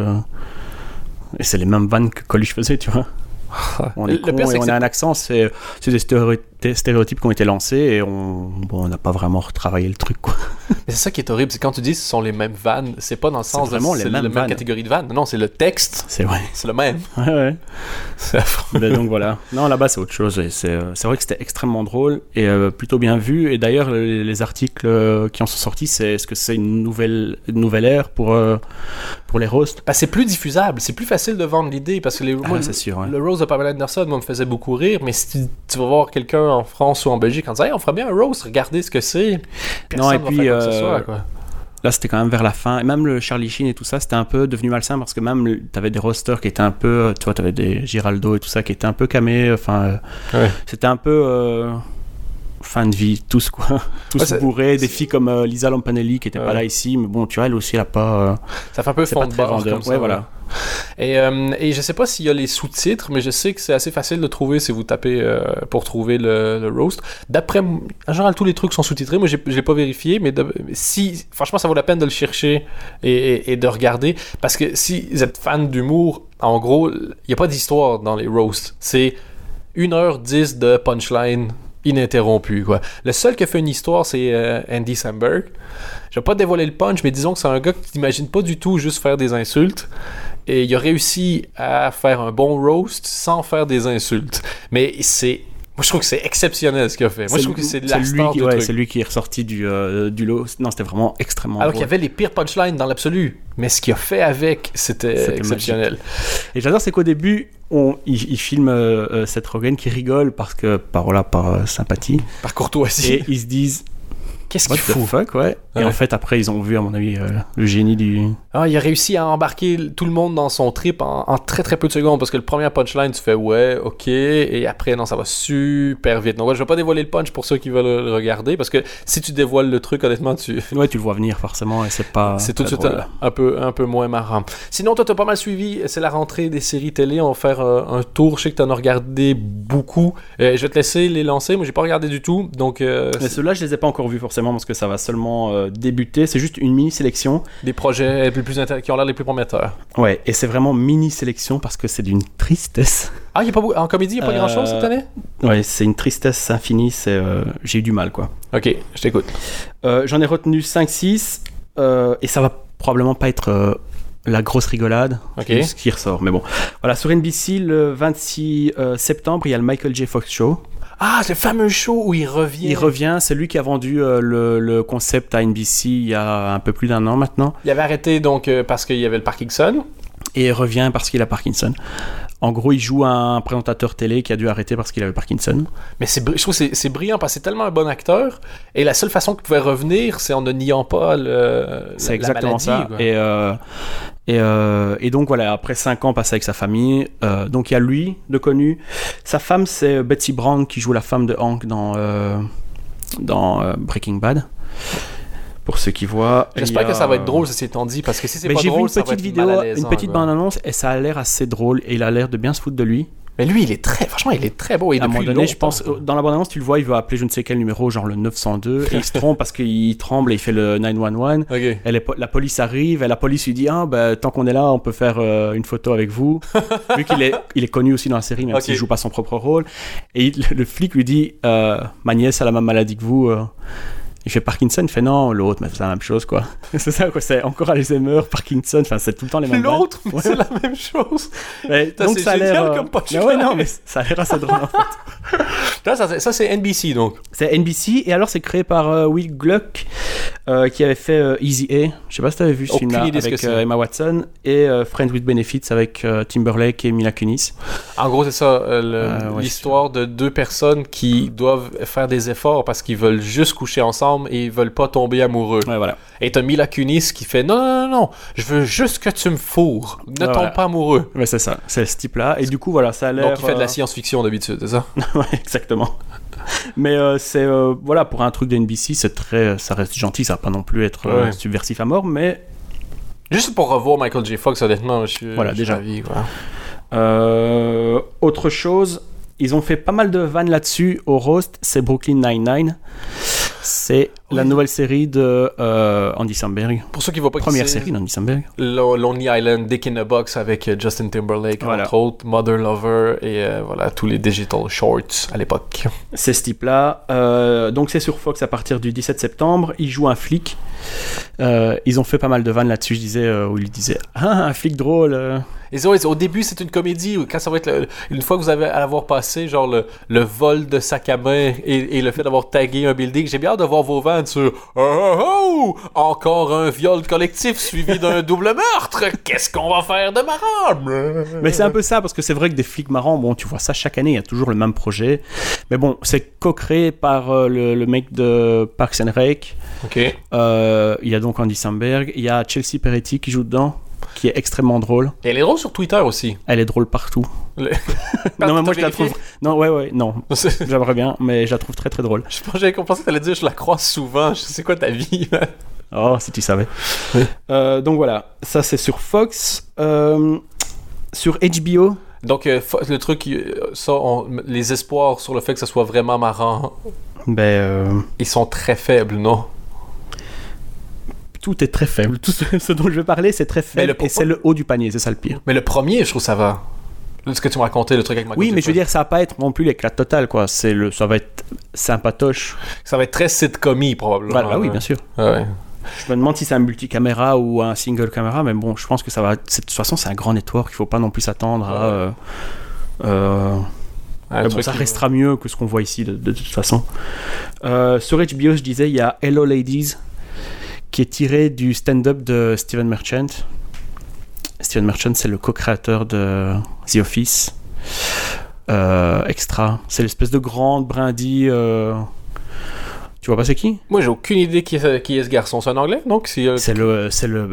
Et c'est les mêmes vannes que Coluche faisait, tu vois. On est con et on a un accent, c'est des stéréotypes qui ont été lancés et on n'a pas vraiment retravaillé le truc, quoi. Mais c'est ça qui est horrible, c'est quand tu dis que ce sont les mêmes vannes, c'est pas dans le sens de c'est la même catégorie de vannes. Non, c'est le texte. C'est vrai. C'est le même. Ouais. C'est affreux. Mais donc voilà. Non, là-bas c'est autre chose. Et c'est vrai que c'était extrêmement drôle et plutôt bien vu. Et d'ailleurs les articles qui en sont sortis, c'est est-ce que c'est une nouvelle ère pour les roasts? C'est plus diffusable, c'est plus facile de vendre l'idée parce que c'est sûr, ouais. Le roast de Pamela Anderson, moi, me faisait beaucoup rire, mais si tu vas voir quelqu'un en France ou en Belgique en disant hey, on ferait bien un roast, regardez ce que c'est. Non, et puis là c'était quand même vers la fin, et même le Charlie Sheen et tout ça, c'était un peu devenu malsain parce que même t'avais des roasters qui étaient un peu, tu vois, t'avais des Giraldo et tout ça qui étaient un peu camés, c'était un peu fin de vie, tous quoi, bourrés, des filles comme Lisa Lampanelli qui était pas là ici, mais bon, tu vois, elle aussi elle a pas... ça fait un peu fond de barre comme ça. Ouais, voilà. Et je sais pas s'il y a les sous-titres, mais je sais que c'est assez facile de trouver si vous tapez pour trouver le roast. D'après, en général, tous les trucs sont sous-titrés. Moi, je l'ai pas vérifié, mais franchement, ça vaut la peine de le chercher et de regarder. Parce que si vous êtes fan d'humour, en gros, il n'y a pas d'histoire dans les roasts. C'est 1h10 de punchline ininterrompu, quoi. Le seul qui a fait une histoire, c'est Andy Samberg. Je vais pas dévoiler le punch, mais disons que c'est un gars qui t'imagine pas du tout juste faire des insultes. Et il a réussi à faire un bon roast sans faire des insultes. Mais moi, je trouve que c'est exceptionnel ce qu'il a fait. Moi, je trouve que c'est de la star du truc. C'est lui qui est ressorti du lot. Non, c'était vraiment extrêmement Alors qu'il y avait les pires punchlines dans l'absolu. Mais ce qu'il a fait avec, c'était exceptionnel. Magique. Et j'adore, c'est qu'au début, il filme Seth Rogen qui rigole par sympathie. Par courtoisie. Et ils se disent... Qu'est-ce qu'il fout? Fuck, ouais. Et en fait, après, ils ont vu, à mon avis, le génie du... Il a réussi à embarquer tout le monde dans son trip en très très peu de secondes, parce que le premier punchline, tu fais ouais, ok, et après, non, ça va super vite. Donc, je vais pas dévoiler le punch pour ceux qui veulent le regarder, parce que si tu dévoiles le truc, honnêtement, Ouais, tu le vois venir, forcément, et c'est pas... C'est tout de suite un peu moins marrant. Sinon, toi, t'as pas mal suivi, c'est la rentrée des séries télé, on va faire un tour, je sais que t'en as regardé beaucoup. Je vais te laisser les lancer, moi, j'ai pas regardé du tout, donc... Mais ceux-là, je les ai pas encore vus, forcément, parce que ça va seulement débuter. C'est juste une mini-sélection. Des projets qui ont l'air les plus prometteurs. Ouais, et c'est vraiment mini-sélection parce que c'est d'une tristesse. Ah, y a pas en comédie, il n'y a pas grand-chose cette année? Ouais, c'est une tristesse infinie. J'ai eu du mal, quoi. Ok, je t'écoute. J'en ai retenu 5-6 et ça va probablement pas être... la grosse rigolade qui ressort. Mais bon, voilà, sur NBC, le 26 septembre, il y a le Michael J. Fox Show. Ah, c'est le fameux show où il revient. Il revient, c'est lui qui a vendu le concept à NBC il y a un peu plus d'1 an maintenant. Il avait arrêté donc parce qu'il y avait le Parkinson. Et il revient parce qu'il a Parkinson. En gros, il joue un présentateur télé qui a dû arrêter parce qu'il avait Parkinson. Mais je trouve que c'est brillant parce que c'est tellement un bon acteur. Et la seule façon qu'il pouvait revenir, c'est en ne niant pas c'est exactement maladie, ça. Et donc voilà, après 5 ans passés avec sa famille, donc il y a lui de connu. Sa femme, c'est Betsy Brown qui joue la femme de Hank dans Breaking Bad. Pour ceux qui voient. J'espère que ça va être drôle, ceci étant dit, parce que si c'est pas drôle, ça va être malaisant. Une petite bande-annonce, et ça a l'air assez drôle, et il a l'air de bien se foutre de lui. Mais lui, franchement, il est très beau. Et à un moment donné, je pense, dans la bande-annonce, tu le vois, il veut appeler je ne sais quel numéro, genre le 902, et il se trompe parce qu'il tremble et il fait le 911. Okay. La police arrive, et la police lui dit tant qu'on est là, on peut faire une photo avec vous. Vu qu'il est connu aussi dans la série, même s'il joue pas son propre rôle. Et le flic lui dit ma nièce a la même maladie que vous. Il fait Parkinson, il fait non, l'autre, mais c'est la même chose, quoi. C'est ça, quoi. C'est encore Alzheimer, Parkinson, enfin, c'est tout le temps les mêmes L'autre, mais Ouais. c'est la même chose. Ouais, Ça, donc c'est ça a génial l'air. comme punchline. Mais ouais, non, mais ça a l'air assez drôle, en fait. Là, ça, c'est NBC, donc. C'est NBC, et alors c'est créé par Will Gluck, qui avait fait Easy A. Je sais pas si t'avais vu ce Aucune film-là, idée ce avec que c'est. Emma Watson, et Friends with Benefits avec Timberlake et Mila Kunis. En gros, c'est ça, ouais, l'histoire de deux personnes qui doivent faire des efforts parce qu'ils veulent juste coucher ensemble et ils veulent pas tomber amoureux. Ouais, voilà. Et t'as Mila Kunis qui fait non, je veux juste que tu me fourres. Ne tombe Voilà. pas amoureux. Ouais, c'est ça, c'est ce type-là. Et du coup, voilà, ça a l'air. Donc, il fait de la science-fiction d'habitude, c'est ça? Ouais, exactement. Mais c'est voilà, pour un truc d'NBC, c'est très, ça reste gentil, ça va pas non plus être Ouais. subversif à mort, mais Juste pour revoir Michael J. Fox, honnêtement, Voilà, je déjà. suis ravi, quoi. autre chose, ils ont fait pas mal de vannes là-dessus au roast, c'est Brooklyn Nine-Nine. C'est la nouvelle série de Andy Samberg. Pour ceux qui ne voient pas Première qui c'est, série d'Andy Samberg. Lonely Island, Dick in a Box avec Justin Timberlake, Voilà. entre autres, Mother Lover et voilà, tous les digital shorts à l'époque. C'est ce type-là. Donc c'est sur Fox à partir du 17 septembre. Il joue un flic. Ils ont fait pas mal de vannes là-dessus, je disais, où il disait « Ah, un flic drôle Et ça, ouais, au début, c'est une comédie. Quand ça va être une fois que vous avez à avoir passé genre le vol de sac à main et le fait d'avoir tagué un building, j'ai bien hâte de voir vos vannes sur oh, encore un viol collectif suivi d'un double meurtre. Qu'est-ce qu'on va faire de marrant? » Mais c'est un peu ça, parce que c'est vrai que des flics marrants, bon, tu vois ça chaque année, il y a toujours le même projet. Mais bon, c'est co-créé par le mec de Parks and Rec. Ok. Il y a donc Andy Samberg. Il y a Chelsea Peretti qui joue dedans, qui est extrêmement drôle. Et elle est drôle sur Twitter aussi. Elle est drôle partout. Le- Non, mais moi T'as je la vérifié? trouve. Non, ouais, non. J'aimerais bien, mais je la trouve très très drôle. Je pense que j'avais compris que t'allais dire je la croise souvent. Je sais quoi ta vie, man? Oh, si tu savais. Oui. Donc voilà, ça c'est sur Fox. Sur HBO. Donc, le truc, les espoirs sur le fait que ça soit vraiment marrant, ils sont très faibles, non? Tout est très faible. Tout ce dont je vais parler, c'est très faible. Et c'est le haut du panier, c'est ça le pire. Mais le premier, je trouve ça va. Ce que tu me racontais, le truc avec Michael Oui, J. mais je veux Fox. dire, ça va pas être non plus l'éclat total, quoi. Ça va être sympatoche. Ça va être très sitcom-y, probablement. Voilà, oui, bien sûr. Ouais. Je me demande si c'est un multicaméra ou un single caméra, mais bon, je pense que ça va. De toute façon, c'est un grand network, il faut pas non plus s'attendre à. Un Bon, truc ça qui- restera mieux que ce qu'on voit ici, de toute façon. Sur HBO, je disais, il y a Hello Ladies, qui est tiré du stand-up de Steven Merchant. Steven Merchant, c'est le co-créateur de The Office. Extra. C'est l'espèce de grande brindille. Tu vois pas c'est qui? Moi, j'ai aucune idée qui est ce garçon. C'est un anglais, donc C'est le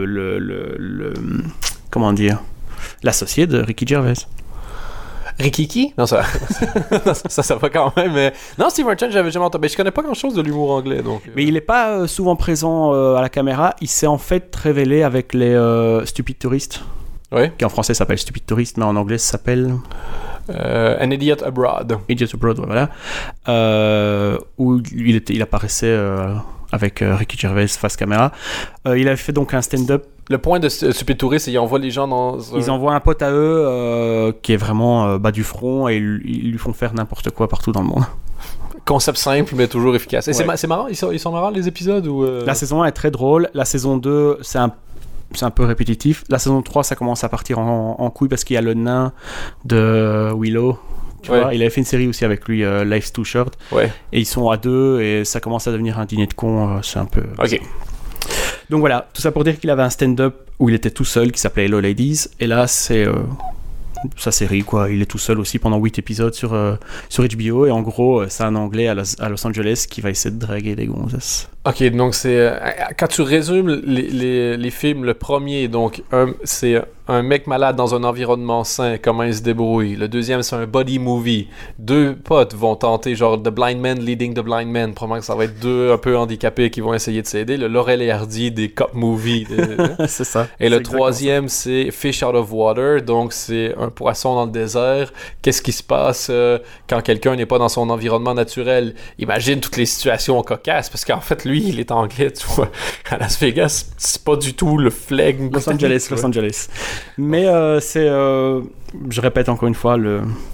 comment dire, l'associé de Ricky Gervais. Rikiki? Non, ça... ça va quand même. Mais... Non, Steve Merchant, j'avais jamais entendu. Mais je connais pas grand-chose de l'humour anglais, donc... Mais il est pas souvent présent à la caméra. Il s'est en fait révélé avec les Stupid Tourists, Ouais. qui en français s'appelle Stupid Tourist, mais en anglais ça s'appelle An Idiot Abroad. Idiot Abroad, voilà. Où il apparaissait avec Ricky Gervais face caméra. Il avait fait donc un stand-up. Le point de Stupid Tourist, c'est qu'ils envoient les gens dans... Ils envoient un pote à eux qui est vraiment bas du front et ils lui font faire n'importe quoi partout dans le monde. Concept simple, mais toujours efficace. Et Ouais. c'est marrant, ils sont marrants, les épisodes, ou... La saison 1 est très drôle. La saison 2, c'est un peu répétitif. La saison 3, ça commence à partir en couille parce qu'il y a le nain de Willow. Tu Ouais. vois, il avait fait une série aussi avec lui, Life's Too Short. Ouais. Et ils sont à deux et ça commence à devenir un dîner de cons. C'est un peu... Ok. Donc voilà, tout ça pour dire qu'il avait un stand-up où il était tout seul qui s'appelait Hello Ladies. Et là, c'est sa série, quoi. Il est tout seul aussi pendant 8 épisodes sur HBO. Et en gros, c'est un Anglais à Los Angeles qui va essayer de draguer des gonzesses. Ok, donc c'est... quand tu résumes les films, le premier, donc, c'est un mec malade dans un environnement sain, comment il se débrouille. Le deuxième, c'est un body movie. Deux potes vont tenter, genre, The Blind Man Leading the Blind Man. Probablement que ça va être deux un peu handicapés qui vont essayer de s'aider. Le Laurel et Hardy des cop movies. C'est ça. Et le C'est troisième, c'est Fish Out of Water. Donc, c'est un poisson dans le désert. Qu'est-ce qui se passe quand quelqu'un n'est pas dans son environnement naturel? Imagine toutes les situations cocasses, parce qu'en fait, lui, il est anglais, tu vois. À Las Vegas, c'est pas du tout le flegme. Los Angeles. Mais c'est, je répète encore une fois,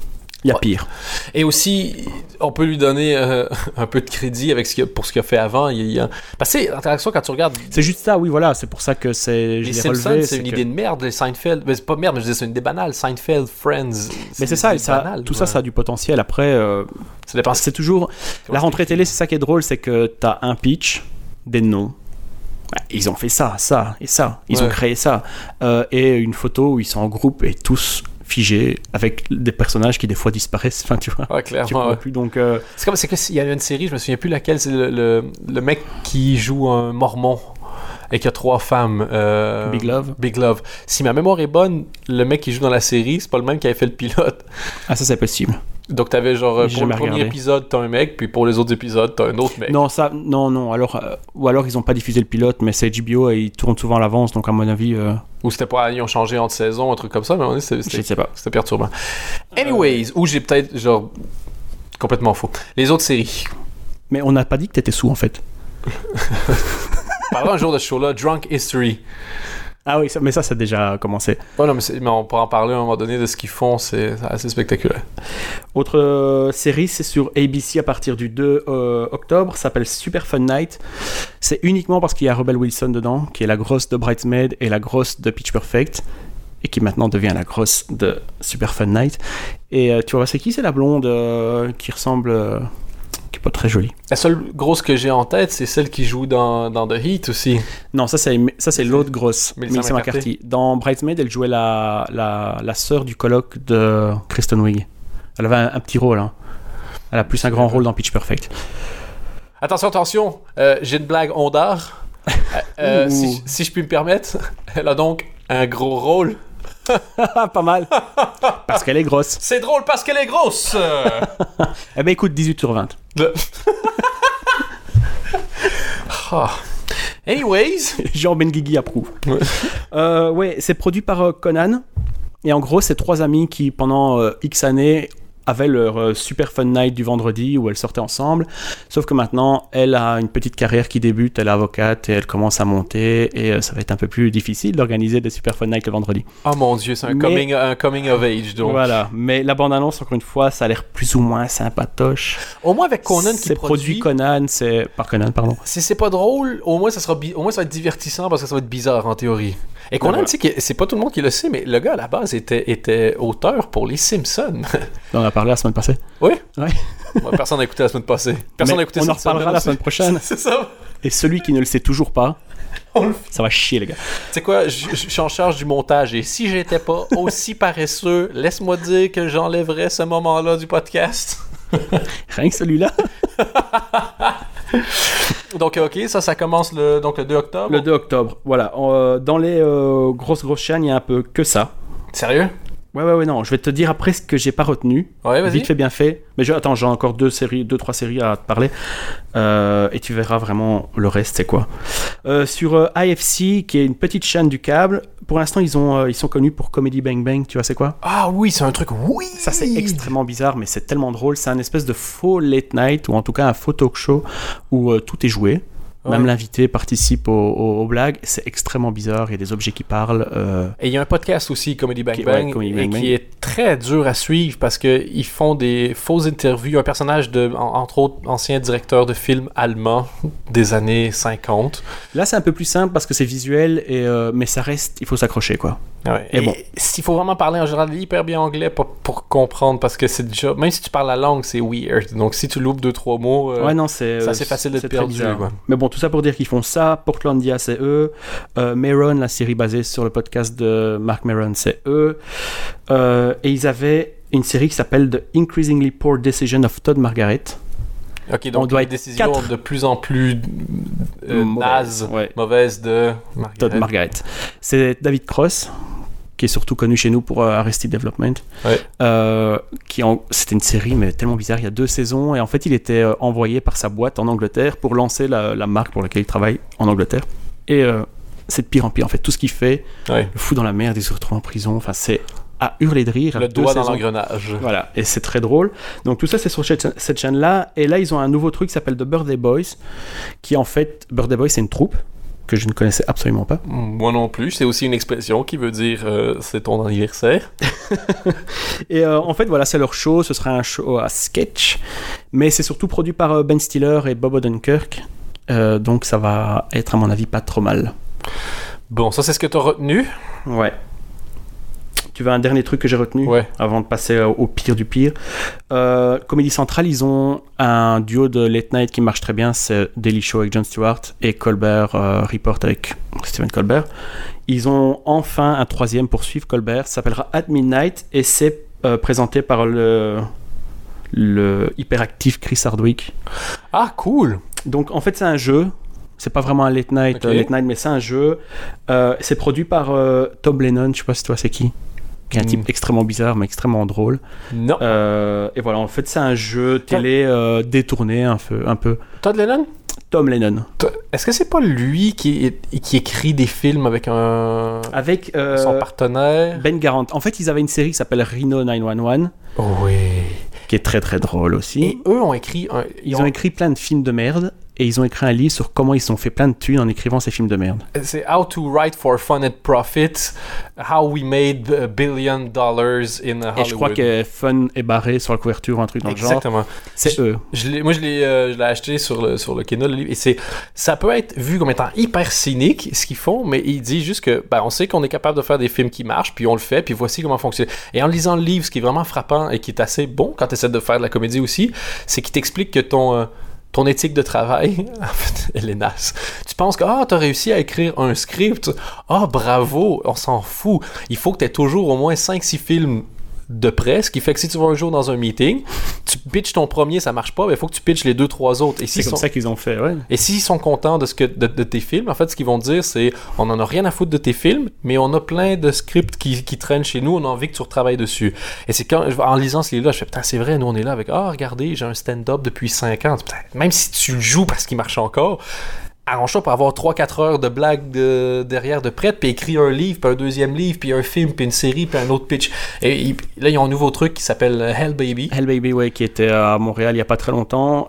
Il y a pire. Et aussi, on peut lui donner un peu de crédit pour ce qu'il a fait avant. Parce que l'interaction, quand tu regardes... C'est juste ça, oui, voilà. C'est pour ça que c'est... Les Simpsons, c'est une idée de merde. Les Seinfeld... Mais c'est pas merde, mais je dis c'est une idée banale. Seinfeld, Friends... Mais c'est ça, tout ça, ça a du potentiel. Après, c'est toujours... La rentrée télé, c'est ça qui est drôle, c'est que t'as un pitch, des noms. Ils ont fait ça, ça et ça. Ils ont créé ça. Et une photo où ils sont en groupe et tous... figé avec des personnages qui des fois disparaissent, enfin tu vois, clairement, tu vois plus, donc c'est qu'il y a une série, je me souviens plus laquelle, c'est le mec qui joue un mormon et qui a 3 femmes, Big Love. Si ma mémoire est bonne, le mec qui joue dans la série, c'est pas le même qui avait fait le pilote. Ah, ça c'est possible. Donc t'avais genre pour le premier épisode t'as un mec, puis pour les autres épisodes t'as un autre mec. Non, alors ou alors ils ont pas diffusé le pilote, mais c'est HBO et ils tournent souvent à l'avance, donc à mon avis ou c'était pas, ils ont changé entre saisons, un truc comme ça, mais c'était je sais pas, c'était perturbant. Anyways, ou j'ai peut-être genre complètement faux. Les autres séries. Mais on n'a pas dit que t'étais sous en fait. Parlons un jour de ce show-là, Drunk History. Ah oui, mais ça a déjà commencé. Ouais, non, mais on pourra en parler à un moment donné de ce qu'ils font, c'est assez spectaculaire. Autre série, c'est sur ABC à partir du 2 octobre, ça s'appelle Super Fun Night. C'est uniquement parce qu'il y a Rebel Wilson dedans, qui est la grosse de Bridesmaid et la grosse de Pitch Perfect, et qui maintenant devient la grosse de Super Fun Night. Et tu vois, c'est qui? C'est la blonde qui ressemble... qui est pas très jolie. La seule grosse que j'ai en tête, c'est celle qui joue dans The Heat aussi. Non, ça c'est l'autre grosse, Melissa McCarthy. Dans Bridesmaid, elle jouait la sœur du coloc de Kristen Wiig. Elle avait un petit rôle, hein. Elle a plus un grand rôle dans Pitch Perfect. Attention, j'ai une blague ondard. Si je puis me permettre, elle a donc un gros rôle. Pas mal. Parce qu'elle est grosse. C'est drôle parce qu'elle est grosse. Eh ben écoute, 18 sur 20. Anyways. Jean Benguigui approuve. Ouais, c'est produit par Conan. Et en gros, c'est 3 amis qui, pendant X années, avaient leur super fun night du vendredi où elles sortaient ensemble. Sauf que maintenant, elle a une petite carrière qui débute, elle est avocate et elle commence à monter. Et ça va être un peu plus difficile d'organiser des super fun night le vendredi. Oh mon Dieu, c'est un coming of age. Donc. Voilà, mais la bande-annonce, encore une fois, ça a l'air plus ou moins sympatoche. Au moins avec Conan qui c'est produit Conan, c'est par Conan, pardon. Si c'est pas drôle, au moins ça va être divertissant parce que ça va être bizarre en théorie. Et Conan, tu sais, c'est pas tout le monde qui le sait, mais le gars à la base était auteur pour les Simpsons. On a parlé la semaine passée. Oui? Ouais. Moi, personne n'a écouté la semaine passée. Personne n'a écouté on en reparlera la semaine prochaine. C'est ça. Et celui qui ne le sait toujours pas, ça va chier, les gars. Tu sais quoi, je suis en charge du montage et si j'étais pas aussi paresseux, laisse-moi dire que j'enlèverais ce moment-là du podcast. Rien que celui-là. Donc, ok, ça commence le 2 octobre. Le 2 octobre, voilà. Dans les grosses chaînes, il y a un peu que ça. Sérieux? Ouais, non. Je vais te dire après ce que j'ai pas retenu. Ouais, vas-y. Vite fait, bien fait. Mais attends, j'ai encore 2-3 séries à te parler. Et tu verras vraiment le reste, c'est quoi. Sur IFC, qui est une petite chaîne du câble, pour l'instant, ils sont connus pour Comedy Bang Bang. Tu vois, c'est quoi? Ah oui, c'est un truc, oui! Ça, c'est extrêmement bizarre, mais c'est tellement drôle. C'est un espèce de faux late night, ou en tout cas un faux talk show, où tout est joué. Ouais. Même l'invité participe aux blagues. C'est extrêmement bizarre. Il y a des objets qui parlent. Et il y a un podcast aussi, Comedy Bang Bang, qui est très dur à suivre parce qu'ils font des fausses interviews. Un personnage entre autres, ancien directeur de film allemand des années 50. Là, c'est un peu plus simple parce que c'est visuel, mais ça reste... Il faut s'accrocher, quoi. Ouais. Et bon. S'il faut vraiment parler en général hyper bien anglais pour comprendre, parce que c'est déjà... Même si tu parles la langue, c'est weird. Donc, si tu loupes 2-3 mots, ouais, non, c'est assez facile d'être perdu. Quoi. Mais bon, tout ça pour dire qu'ils font ça. Portlandia, c'est eux. Meron, la série basée sur le podcast de Mark Meron, c'est eux. Et ils avaient une série qui s'appelle The Increasingly Poor Decision of Todd Margaret. Ok, donc on doit être décision de plus en plus mauvaise de Margaret. Todd Margaret. C'est David Cross, qui est surtout connu chez nous pour Arrested Development. Ouais. C'était une série, mais tellement bizarre. Il y a 2 saisons. Et en fait, il était envoyé par sa boîte en Angleterre pour lancer la marque pour laquelle il travaille en Angleterre. Et c'est de pire en pire. En fait, tout ce qu'il fait, le fout dans la merde, il se retrouve en prison. Enfin, c'est à hurler de rire. Le doigt dans l'engrenage. Voilà, et c'est très drôle. Donc tout ça, c'est sur cette chaîne-là. Et là, ils ont un nouveau truc qui s'appelle The Birthday Boys, qui en fait, Birthday Boys, c'est une troupe. que je ne connaissais absolument pas. Moi non plus. C'est aussi une expression qui veut dire c'est ton anniversaire. Et en fait, voilà, c'est leur show. Ce sera un show à sketch. Mais c'est surtout produit par Ben Stiller et Bob Odenkirk. Donc ça va être, à mon avis, pas trop mal. Bon, ça c'est ce que tu as retenu. Ouais. Tu veux un dernier truc que j'ai retenu avant de passer au pire du pire. Comédie Centrale, ils ont un duo de late night qui marche très bien, c'est Daily Show avec Jon Stewart et Colbert Report avec Stephen Colbert. Ils ont enfin un troisième pour suivre Colbert, ça s'appellera At Midnight et c'est présenté par le hyperactif Chris Hardwick. Ah, cool! Donc en fait c'est un jeu. C'est pas vraiment un late night, mais c'est un jeu. C'est produit par Tom Lennon, je sais pas si toi c'est qui est un type extrêmement bizarre mais extrêmement drôle. Non. Et voilà, en fait c'est un jeu télé détourné un peu. Todd Lennon? Tom Lennon. Est-ce que c'est pas lui qui écrit des films avec son partenaire? Ben Garant. En fait ils avaient une série qui s'appelle Reno 911. Oui. Qui est très très drôle aussi. Et eux ont écrit... Ils ont écrit plein de films de merde. Et ils ont écrit un livre sur comment ils se sont fait plein de thunes en écrivant ces films de merde. C'est How to Write for Fun and Profit, How We Made $1 billion in Hollywood. Et je crois que Fun est barré sur la couverture ou un truc dans le genre. Exactement. C'est eux. Moi, je l'ai acheté sur le Kindle, le livre, et ça peut être vu comme étant hyper cynique, ce qu'ils font, mais il dit juste que, on sait qu'on est capable de faire des films qui marchent, puis on le fait, puis voici comment fonctionne. Et en lisant le livre, ce qui est vraiment frappant et qui est assez bon quand tu essaies de faire de la comédie aussi, c'est qu'il t'explique que ton éthique de travail, en fait, elle est naze. Tu penses que t'as réussi à écrire un script, bravo, on s'en fout. Il faut que tu aies toujours au moins 5-6 films de près, ce qui fait que si tu vas un jour dans un meeting, tu pitches ton premier, ça marche pas, mais il faut que tu pitches les 2-3 autres. Et c'est comme ça qu'ils ont fait, ouais. Et s'ils sont contents de tes films, en fait, ce qu'ils vont dire, c'est on en a rien à foutre de tes films, mais on a plein de scripts qui traînent chez nous, on a envie que tu retravailles dessus. Et c'est en lisant ce livre-là, je fais putain, c'est vrai, nous on est là avec regardez, j'ai un stand-up depuis 5 ans. Putain, même si tu le joues parce qu'il marche encore, arrange-toi pour avoir 3-4 heures de blagues derrière de prête, puis écris un livre, puis un deuxième livre, puis un film, puis une série, puis un autre pitch. Et là, ils ont un nouveau truc qui s'appelle Hell Baby. Hell Baby, ouais, qui était à Montréal il n'y a pas très longtemps.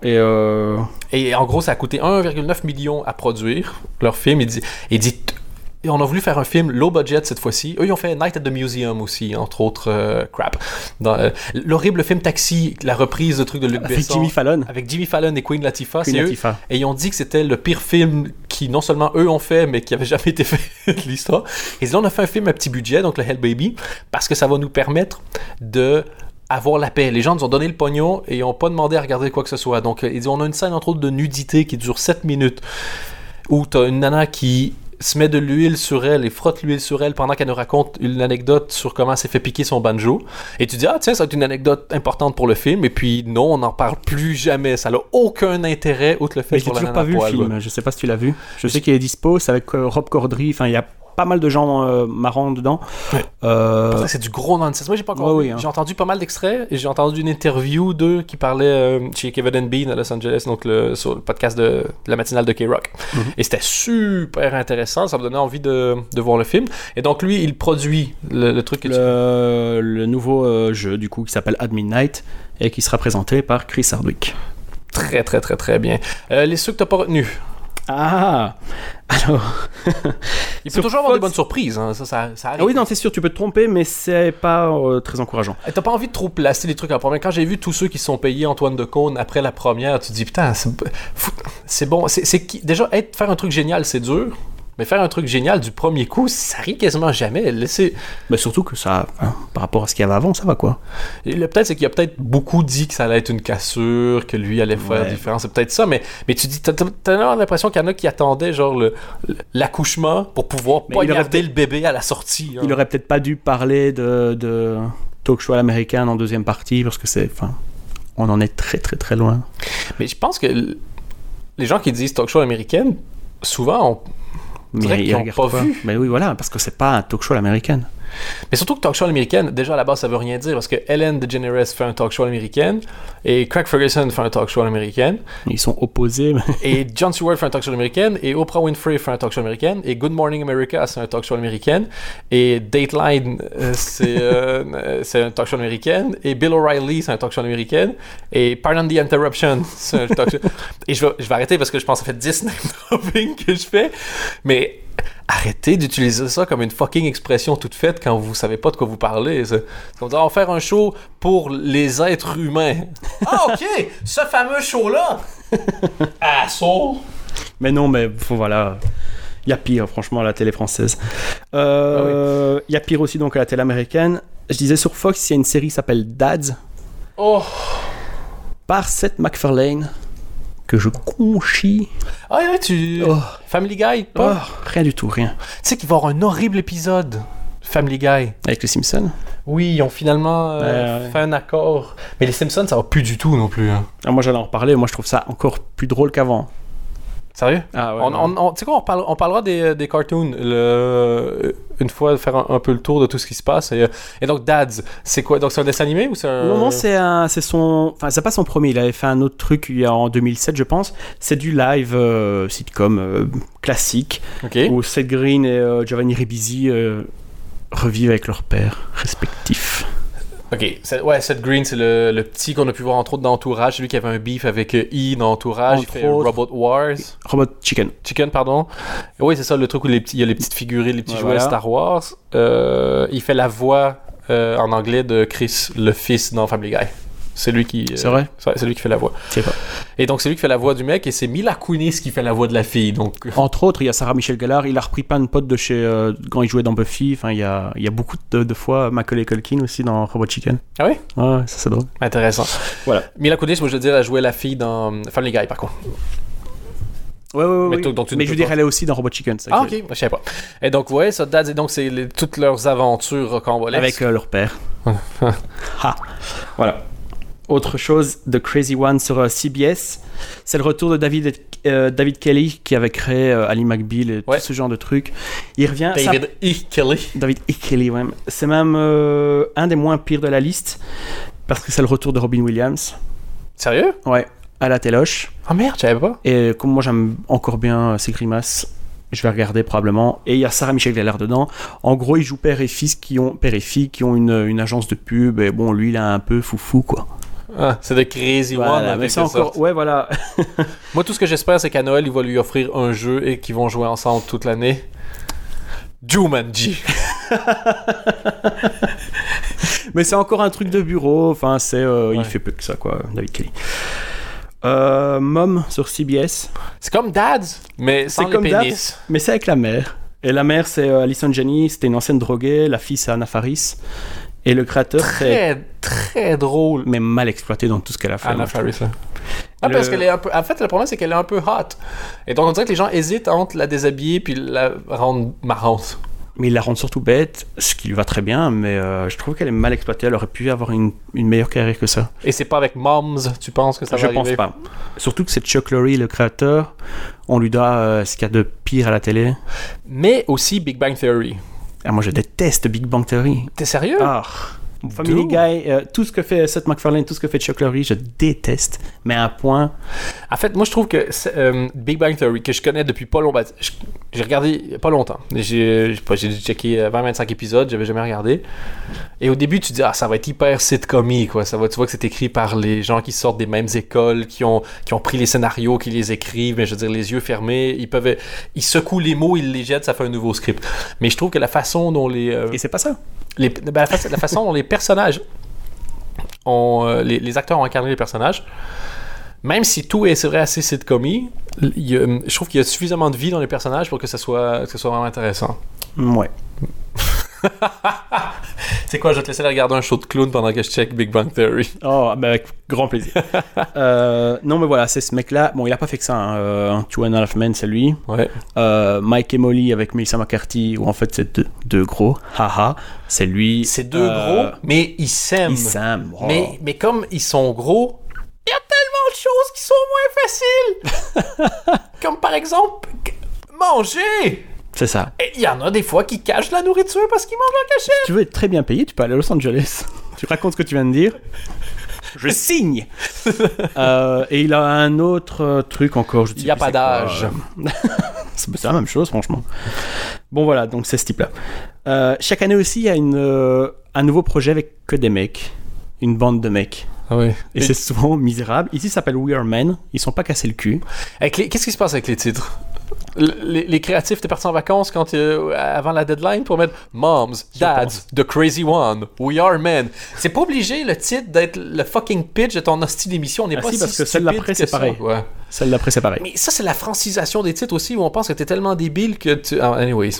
Et en gros, ça a coûté 1,9 million à produire, leur film. Il dit on a voulu faire un film low budget cette fois-ci. Eux, ils ont fait Night at the Museum aussi, entre autres crap. Dans l'horrible film Taxi, la reprise de truc de Luc Besson. Avec Jimmy Fallon. Avec Jimmy Fallon et Queen Latifah. Latifah. Eux. Et ils ont dit que c'était le pire film qui, non seulement eux ont fait, mais qui avait jamais été fait de l'histoire. Et là, on a fait un film à petit budget, donc le Hell Baby, parce que ça va nous permettre de avoir la paix. Les gens nous ont donné le pognon et ils n'ont pas demandé à regarder quoi que ce soit. Donc, ils disent, on a une scène, entre autres, de nudité qui dure 7 minutes, où tu as une nana qui se met de l'huile sur elle et frotte l'huile sur elle pendant qu'elle nous raconte une anecdote sur comment elle s'est fait piquer son banjo. Et tu dis, tiens, ça va être une anecdote importante pour le film. Et puis, non, on n'en parle plus jamais. Ça n'a aucun intérêt, outre le fait sur la nana. Mais j'ai toujours pas vu le film. Je sais pas si tu l'as vu. Je sais qu'il est dispo. C'est avec Rob Corddry. Enfin, il y a pas mal de gens marrants dedans. Ouais. C'est du gros nonsense. Moi, j'ai pas encore vu. J'ai entendu pas mal d'extraits et j'ai entendu une interview d'eux qui parlait chez Kevin and Bean à Los Angeles, donc sur le podcast de la matinale de K-Rock. Mm-hmm. Et c'était super intéressant. Ça me donnait envie de voir le film. Et donc, lui, il produit le truc que le nouveau jeu, du coup, qui s'appelle At Midnight et qui sera présenté par Chris Hardwick. Très, très, très, très bien. Les ceux que t'as pas retenus. Alors... Il peut toujours avoir des bonnes surprises, hein. ça arrive. Ah oui, non, c'est sûr, tu peux te tromper, mais c'est pas très encourageant. T'as pas envie de trop placer les trucs à la première. Quand j'ai vu tous ceux qui se sont payés Antoine Decaune après la première, tu te dis, putain, c'est bon. Déjà, faire un truc génial, c'est dur. Mais faire un truc génial du premier coup, ça arrive quasiment jamais. Mais surtout que ça, par rapport à ce qu'il y avait avant, ça va quoi. Et peut-être, c'est qu'il y a peut-être beaucoup dit que ça allait être une cassure, que lui allait faire différent. C'est peut-être ça, mais tu dis, t'as l'impression qu'il y en a qui attendaient genre l'accouchement pour pouvoir poignarder le bébé à la sortie. Hein. Il aurait peut-être pas dû parler de talk show à l'américaine en deuxième partie, parce que on en est très très très loin. Mais je pense que les gens qui disent talk show américaine, souvent, mais ils n'ont pas vu. Mais oui, voilà, parce que c'est pas un talk show à l'américaine. Mais surtout que talk show américaine, déjà à la base, ça veut rien dire parce que Ellen DeGeneres fait un talk show américaine et Craig Ferguson fait un talk show américaine. Ils sont opposés. Et Jon Stewart fait un talk show américaine et Oprah Winfrey fait un talk show américaine et Good Morning America, c'est un talk show américaine et Dateline, c'est un talk show américaine et Bill O'Reilly, c'est un talk show américaine et Pardon the Interruption, c'est un talk show. Et je vais arrêter parce que je pense que ça fait 10 name dropping que je fais, mais arrêtez d'utiliser ça comme une fucking expression toute faite quand vous savez pas de quoi vous parlez. C'est comme dire, on va faire un show pour les êtres humains. Ah, ok! Ce fameux show-là! Asshole! Mais non, mais voilà. Il y a pire, franchement, à la télé française. Il y a pire aussi donc à la télé américaine. Je disais sur Fox, il y a une série qui s'appelle Dads. Oh! Par Seth MacFarlane. Que je conchis. Ah ouais, Oh. Family Guy, pas? Oh, rien du tout, rien. Tu sais qu'il va y avoir un horrible épisode Family Guy. Avec les Simpsons. Oui, ils ont finalement fait un accord. Mais les Simpsons, ça va plus du tout non plus. Hein. Ah, moi, j'allais en reparler. Moi, je trouve ça encore plus drôle qu'avant. Sérieux? Ah, ouais, tu sais quoi, on parlera des cartoons une fois, faire un peu le tour de tout ce qui se passe. Et donc, Dads, c'est quoi? Donc, c'est un dessin animé ou c'est un... Non, c'est son... Enfin, c'est pas son premier. Il avait fait un autre truc en 2007, je pense. C'est du live sitcom classique. Okay. Où Seth Green et Giovanni Ribisi revivent avec leurs pères respectifs. Ok, Seth Green, c'est le petit qu'on a pu voir entre autres dans Entourage, celui qui avait un beef avec E dans Entourage, il fait Robot Wars. Robot Chicken. Chicken, pardon. Et oui, c'est ça, le truc où il y a les petites figurines, les petits jouets Star Wars. Il fait la voix en anglais de Chris, le fils dans Family Guy. C'est lui qui... c'est vrai? C'est lui qui fait la voix. Je sais pas. Et donc, c'est lui qui fait la voix du mec, et c'est Mila Kunis qui fait la voix de la fille. Donc... Entre autres, il y a Sarah Michelle Gellar, il a repris plein de potes de chez... quand il jouait dans Buffy, enfin, il y a beaucoup de fois Macaulay Culkin aussi dans Robot Chicken. Ah oui? Ouais, ça c'est drôle. Intéressant. Voilà. Mila Kunis, moi je veux dire, elle jouait la fille dans Family Guy, par contre. Ouais. Mais je veux dire, elle est aussi dans Robot Chicken. Ça, ah, ok, je sais pas. Et donc, ouais, ça date, donc c'est toutes leurs aventures rocambolesques. avec leur père. Ha. Voilà. Autre chose, The Crazy One sur CBS, c'est le retour de David Kelly qui avait créé Ali McBeal et tout ce genre de trucs. Il revient. David E. Kelly. David E. Kelly, ouais. C'est même un des moins pires de la liste parce que c'est le retour de Robin Williams. Sérieux? Ouais, à la téloche. Ah merde, je savais pas. Et comme moi j'aime encore bien ses grimaces, je vais regarder probablement. Et il y a Sarah Michelle Gellar dedans. En gros, ils jouent père et fille qui ont une agence de pub. Et bon, lui, il a un peu foufou, quoi. Ah, c'est The Crazy voilà, One. Mais c'est encore... Ouais, voilà. Moi, tout ce que j'espère, c'est qu'à Noël, il va lui offrir un jeu et qu'ils vont jouer ensemble toute l'année. Jumanji. Mais c'est encore un truc de bureau. Enfin, il fait peu que ça, quoi, David Kelly. Mom sur CBS. C'est comme Dads, mais sans les pénis. Dads, mais c'est avec la mère. Et la mère, c'est Alison Janney. C'était une ancienne droguée. La fille, c'est Anna Faris. Et le créateur, très drôle. Mais mal exploité dans tout ce qu'elle a fait. Anna Faris, là. Ah, parce qu'elle est un peu... En fait, le problème, c'est qu'elle est un peu hot. Et donc, on dirait que les gens hésitent entre la déshabiller puis la rendre marrante. Mais il la rend surtout bête, ce qui lui va très bien, mais je trouve qu'elle est mal exploitée. Elle aurait pu avoir une meilleure carrière que ça. Et c'est pas avec Moms, tu penses que ça va arriver? Je pense pas. Surtout que c'est Chuck Lorre, le créateur. On lui doit ce qu'il y a de pire à la télé. Mais aussi Big Bang Theory. Ah, moi, je déteste Big Bang Theory. T'es sérieux? Ah, Family Guy, tout ce que fait Seth MacFarlane, tout ce que fait Chuck Lorre, je déteste, mais à un point. En fait, moi je trouve que Big Bang Theory, que je connais depuis pas longtemps, j'ai regardé pas longtemps. J'ai dû checker 20-25 épisodes, j'avais jamais regardé. Et au début, tu dis, ça va être hyper sitcom-y, quoi. Tu vois que c'est écrit par les gens qui sortent des mêmes écoles, qui ont pris les scénarios, qui les écrivent, mais je veux dire, les yeux fermés, ils secouent les mots, ils les jettent, ça fait un nouveau script. Mais je trouve que la façon dont Et c'est pas ça. La façon dont les personnages les acteurs ont incarné les personnages, même si tout est, c'est vrai, assez sitcom-y, je trouve qu'il y a suffisamment de vie dans les personnages pour que ce soit vraiment intéressant. Ouais. C'est quoi, je vais te laisser aller regarder un show de clown pendant que je check Big Bang Theory. Oh, ben avec grand plaisir. Non, mais voilà, c'est ce mec-là. Bon, il a pas fait que ça. Hein. Two and a Half Men, c'est lui. Ouais. Mike et Molly avec Melissa McCarthy, où en fait c'est deux gros. Haha, c'est lui. C'est deux gros, mais ils s'aiment. Ils s'aiment. Oh. Mais comme ils sont gros, il y a tellement de choses qui sont moins faciles. Comme par exemple, manger. C'est ça. Et il y en a des fois qui cachent la nourriture parce qu'ils mangent en cachette. Si tu veux être très bien payé, tu peux aller à Los Angeles. Tu racontes ce que tu viens de dire. Je signe. Et il a un autre truc encore. Il n'y a pas d'âge. C'est la même chose, franchement. Bon, voilà, donc c'est ce type-là. Chaque année aussi, il y a un nouveau projet avec que des mecs. Une bande de mecs. Ah oui. Et c'est souvent misérable. Ici, ça s'appelle We Are Men. Ils sont pas cassés le cul. Qu'est-ce qui se passe avec les titres? Les créatifs étaient partis en vacances avant la deadline pour mettre Moms, Dads, The Crazy One, We Are Men. C'est pas obligé le titre d'être le fucking pitch de ton hostie d'émission. On n'est pas si parce que celle d'après c'est pareil. Ouais. Celle d'après c'est pareil. Mais ça c'est la francisation des titres aussi où on pense que t'es tellement débile que tu. Anyways.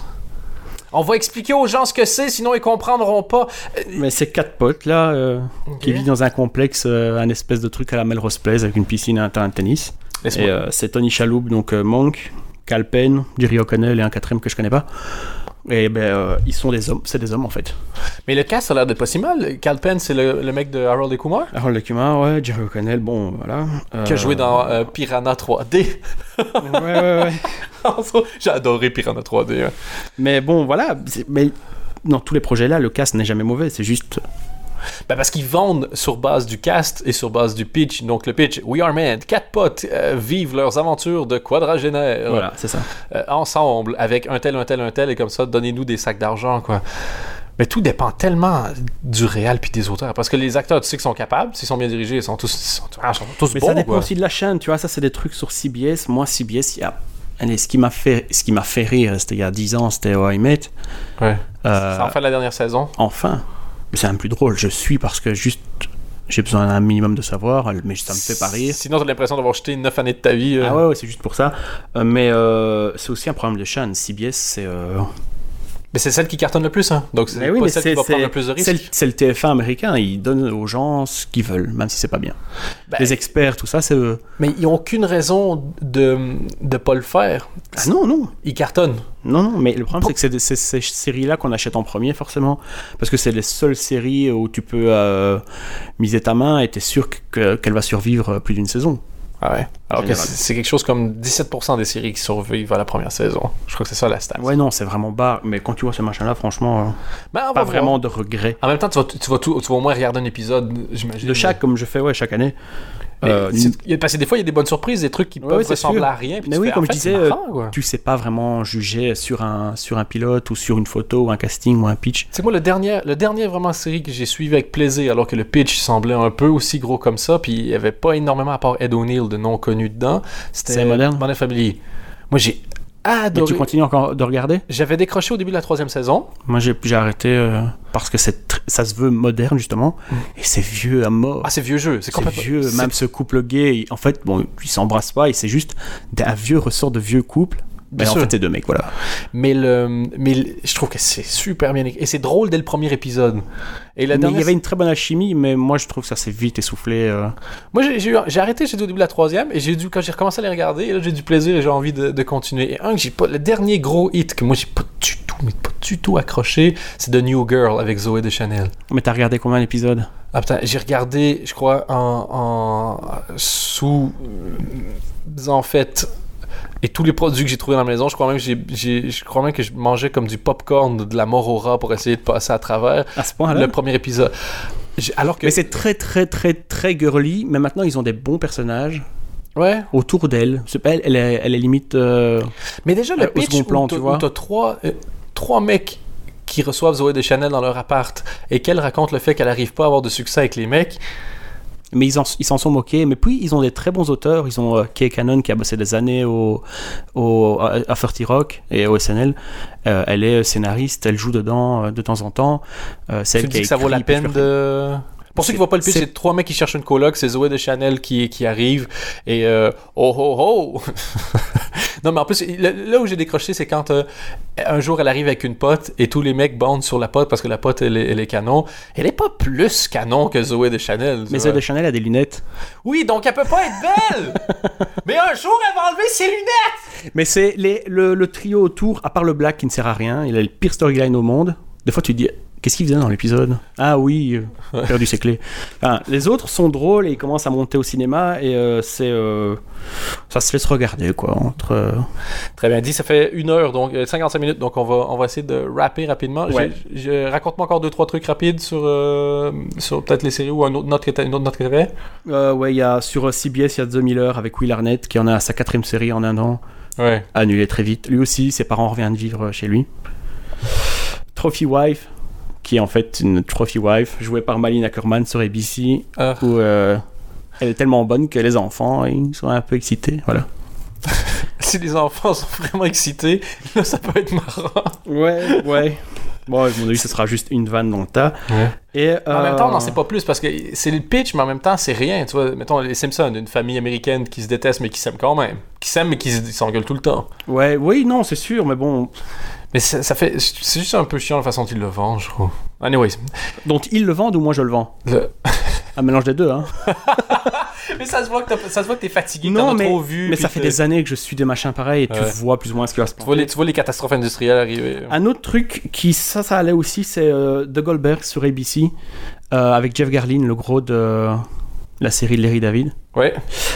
On va expliquer aux gens ce que c'est, sinon ils comprendront pas. Mais c'est 4 potes là qui vivent dans un complexe, un espèce de truc à la Melrose Place avec une piscine et un terrain de tennis. Et c'est Tony Shalhoub, donc Monk, Cal Penn, Jerry O'Connell et un quatrième que je connais pas. Et ils sont des hommes, c'est des hommes en fait. Mais le cast a l'air d'être pas si mal. Cal Penn, c'est le mec de Harold et Kumar. Harold et Kumar, ouais. Jerry O'Connell, bon, voilà. Qui a joué dans Piranha 3D. ouais. J'ai adoré Piranha 3D. Ouais. Mais bon, voilà. Mais dans tous les projets là, le cast n'est jamais mauvais, c'est juste. Parce qu'ils vendent sur base du cast et sur base du pitch. Donc le pitch, We Are Men, 4 potes vivent leurs aventures de quadragénaires. Voilà, c'est ça. Ensemble, avec un tel, et comme ça, donnez-nous des sacs d'argent, quoi. Mais tout dépend tellement du réel puis des auteurs. Parce que les acteurs, tu sais qu'ils sont capables, s'ils sont bien dirigés, ils sont tous bons. Mais ça dépend quoi. aussi de la chaîne, tu vois. Ça, c'est des trucs sur CBS. Moi, CBS, il y a... Allez, ce qui m'a fait rire, c'était il y a 10 ans, c'était How I Met. Ouais. C'est enfin la dernière saison. Enfin. Mais c'est un plus drôle, je suis parce que juste j'ai besoin d'un minimum de savoir, mais ça me fait pas rire. Sinon, t'as l'impression d'avoir jeté 9 années de ta vie. Ah ouais, c'est juste pour ça. Mais c'est aussi un problème de chaîne. CBS, c'est. Mais c'est celle qui cartonne le plus, hein. Donc c'est pas celle qui va prendre le plus de risques. C'est le TF1 américain, ils donnent aux gens ce qu'ils veulent, même si c'est pas bien. Les experts, tout ça, c'est eux. Mais ils n'ont aucune raison de pas le faire. Ah non. Ils cartonnent. Non, mais le problème, c'est que c'est ces séries-là qu'on achète en premier, forcément. Parce que c'est les seules séries où tu peux miser ta main et t'es sûr qu'elle va survivre plus d'une saison. Ah ouais. Alors que c'est quelque chose comme 17% des séries qui survivent à la première saison. Je crois que c'est ça la stat. Ouais, non, c'est vraiment bas. Mais quand tu vois ce machin-là, franchement, pas vraiment de regret. En même temps, tu vas au moins regarder un épisode, j'imagine. De chaque, comme je fais chaque année. Parce que des fois, il y a des bonnes surprises, des trucs qui peuvent ressembler à rien. Mais oui, comme je disais, tu sais pas vraiment juger sur un pilote ou sur une photo ou un casting ou un pitch. C'est moi le dernier vraiment série que j'ai suivi avec plaisir, alors que le pitch semblait un peu aussi gros comme ça, puis il y avait pas énormément à part Ed O'Neill de non connu dedans. C'était Modern Family. Moi, j'ai adoré. Mais tu continues encore de regarder? J'avais décroché au début de la 3e saison. Moi, j'ai arrêté parce que ça se veut moderne, justement. Et c'est vieux à mort. Ah, c'est vieux jeu. C'est complètement vieux. Même ce couple gay, en fait, bon, ils s'embrassent pas et c'est juste un vieux ressort de vieux couple. Mais en fait, c'est deux mecs, voilà. Mais je trouve que c'est super bien écrit. Et c'est drôle dès le premier épisode. Et il y avait une très bonne alchimie, mais moi, je trouve que ça s'est vite essoufflé. Moi, j'ai arrêté, j'étais au début de la 3e, et quand j'ai recommencé à les regarder, et là, j'ai du plaisir et j'ai envie de continuer. Et le dernier gros hit que moi, j'ai pas du tout accroché, c'est The New Girl avec Zoé Deschanel. Mais t'as regardé combien d'épisodes? Ah putain, j'ai regardé, je crois, en fait... Et tous les produits que j'ai trouvés dans la maison, je crois même que je mangeais comme du popcorn de la mort au rat pour essayer de passer à travers le premier épisode. Mais c'est très, très, très, très girly, mais maintenant, ils ont des bons personnages. Ouais. Autour d'elle. Elle est limite. Mais déjà, le pitch plan, où t'as trois mecs qui reçoivent Zoé Deschanel dans leur appart et qu'elle raconte le fait qu'elle n'arrive pas à avoir de succès avec les mecs. Mais ils s'en sont moqués. Mais puis, ils ont des très bons auteurs. Ils ont Kay Cannon qui a bossé des années à 30 Rock et au SNL. Elle est scénariste. Elle joue dedans de temps en temps. Tu dis que ça vaut la peine de... Pour ceux qui ne voient pas le pitch, c'est 3 mecs qui cherchent une coloc. C'est Zoé Deschanel qui arrive. Et oh non, mais en plus, là où j'ai décroché, c'est quand un jour elle arrive avec une pote et tous les mecs bandent sur la pote parce que la pote, elle est canon. Elle n'est pas plus canon que Zoé Deschanel. Mais Zoé Deschanel a des lunettes. Oui, donc elle peut pas être belle. Mais un jour, elle va enlever ses lunettes. Mais c'est le trio autour, à part le Black qui ne sert à rien. Il a le pire storyline au monde. Des fois, tu te dis... Qu'est-ce qu'il faisait dans l'épisode? Ah oui, perdu ses clés. Enfin, les autres sont drôles et ils commencent à monter au cinéma et ça se laisse regarder quoi. Très bien dit, ça fait 1 heure, donc 55 minutes, donc on va essayer de rapper rapidement. Ouais. Raconte-moi encore 2-3 trucs rapides sur peut-être les séries ou une autre note que t'avais. Ouais, il y a sur CBS, il y a The Miller avec Will Arnett qui en a à sa 4e série en 1 an. Ouais. Annulé très vite. Lui aussi, ses parents reviennent vivre chez lui. Trophy Wife, qui est en fait une Trophy Wife, jouée par Malin Ackerman sur ABC, où elle est tellement bonne que les enfants, ils sont un peu excités. Voilà. Si les enfants sont vraiment excités, là, ça peut être marrant. Ouais. Bon, à mon avis, ce sera juste une vanne dans le tas. Ouais. Et, en même temps, on n'en sait pas plus parce que c'est le pitch, mais en même temps, c'est rien. Tu vois, mettons les Simpsons, une famille américaine qui se déteste mais qui s'aime quand même. Qui s'aime mais qui s'engueule tout le temps. Oui, non, c'est sûr, mais bon. Mais ça fait. C'est juste un peu chiant la façon dont ils le vendent, je trouve. Anyways. Donc ils le vendent ou moi je le vends? Un mélange des deux, hein. Mais ça se voit que t'es fatigué, non, t'en as trop vu. Mais ça fait des années que je suis des machins pareils et tu vois plus ou moins ce qui va se passer. Tu vois les catastrophes industrielles arriver. Un autre truc qui, ça allait aussi, c'est The Goldberg sur ABC avec Jeff Garlin, le gros de la série de Larry David. Ouais.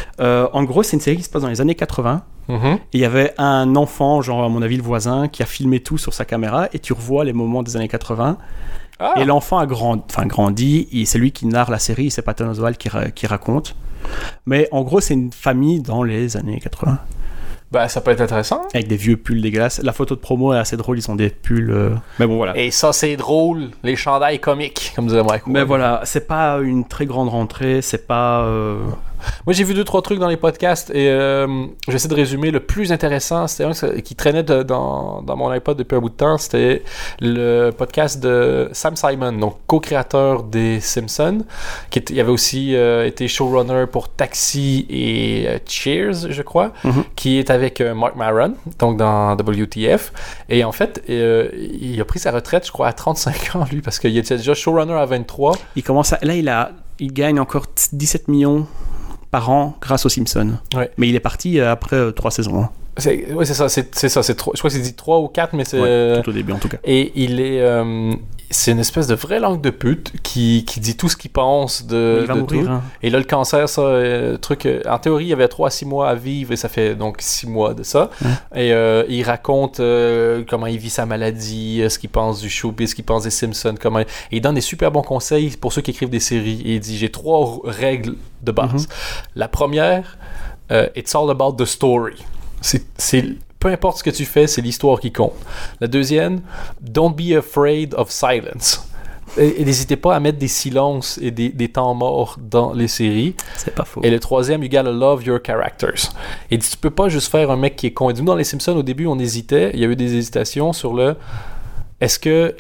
En gros, c'est une série qui se passe dans les années 80. Mm-hmm. Et il y avait un enfant, genre à mon avis le voisin, qui a filmé tout sur sa caméra et tu revois les moments des années 80. Ah. Et l'enfant a grandi, et c'est lui qui narre la série, c'est Patton Oswalt qui raconte. Mais en gros, c'est une famille dans les années 80. Bah, ça peut être intéressant. Avec des vieux pulls dégueulasses. La photo de promo est assez drôle, ils ont des pulls... Mais bon, voilà. Et ça, c'est drôle, les chandails comiques, comme disait Mike. Mais voilà, c'est pas une très grande rentrée, c'est pas... Moi, j'ai vu 2-3 trucs dans les podcasts et j'essaie de résumer. Le plus intéressant, c'était un qui traînait dans mon iPod depuis un bout de temps. C'était le podcast de Sam Simon, donc co-créateur des Simpsons. Il avait aussi été showrunner pour Taxi et Cheers, je crois, qui est avec Marc Maron, donc dans WTF. Et en fait, il a pris sa retraite, je crois, à 35 ans, lui, parce qu'il était déjà showrunner à 23. Il commence à... Là, il gagne encore 17 millions par an grâce aux Simpsons. Ouais. Mais il est parti après 3 saisons. Oui, c'est ça. Je crois que c'est dit 3 ou 4, mais c'est... Ouais, tout au début, en tout cas. Et il est... c'est une espèce de vraie langue de pute qui dit tout ce qu'il pense de, il va mourir, tout. Hein. Et là, le cancer, ça, truc... en théorie, il y avait 3 à 6 mois à vivre et ça fait donc 6 mois de ça. Et il raconte comment il vit sa maladie, ce qu'il pense du showbiz, ce qu'il pense des Simpsons, comment... Et il donne des super bons conseils pour ceux qui écrivent des séries. Et il dit, j'ai 3 règles de base. La première, it's all about the story. C'est peu importe ce que tu fais, c'est l'histoire qui compte. La deuxième, don't be afraid of silence. Et n'hésitez pas à mettre des silences et des temps morts dans les séries. C'est pas faux. Et le troisième, you gotta love your characters. Et tu peux pas juste faire un mec qui est con. Et nous, dans les Simpsons, au début, on hésitait. Il y a eu des hésitations sur le... Est-ce que...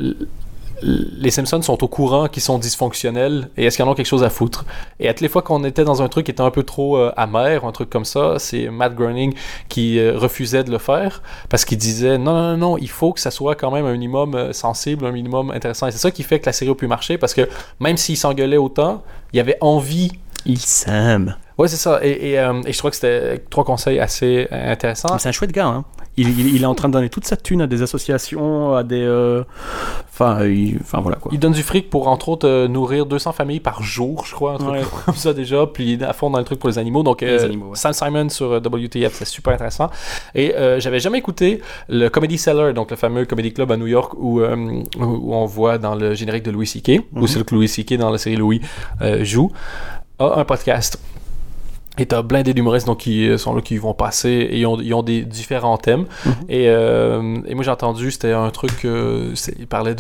les Simpsons sont au courant qu'ils sont dysfonctionnels et est-ce qu'ils en ont quelque chose à foutre? Et à toutes les fois qu'on était dans un truc qui était un peu trop amer, un truc comme ça, c'est Matt Groening qui refusait de le faire parce qu'il disait non, il faut que ça soit quand même un minimum sensible, un minimum intéressant. Et c'est ça qui fait que la série a pu marcher parce que même s'il s'engueulait autant, il y avait envie. Il s'aime. Ouais, c'est ça. Et je trouve que c'était 3 conseils assez intéressants. C'est un chouette gars, hein. Il est en train de donner toute sa thune à des associations, à des... Enfin, voilà quoi. Il donne du fric pour, entre autres, nourrir 200 familles par jour, je crois, un truc comme ça déjà. Puis il est à fond dans le truc pour les animaux. Donc, Sam Simon sur WTF, c'est super intéressant. Et j'avais jamais écouté le Comedy Cellar, donc le fameux comedy club à New York où on voit dans le générique de Louis C.K., où c'est que Louis C.K. dans la série Louis joue, a un podcast. Et t'as blindé d'humoristes donc, qui sont là, qui vont passer et ils ont des différents thèmes. Et moi j'ai entendu, c'était un truc, il parlait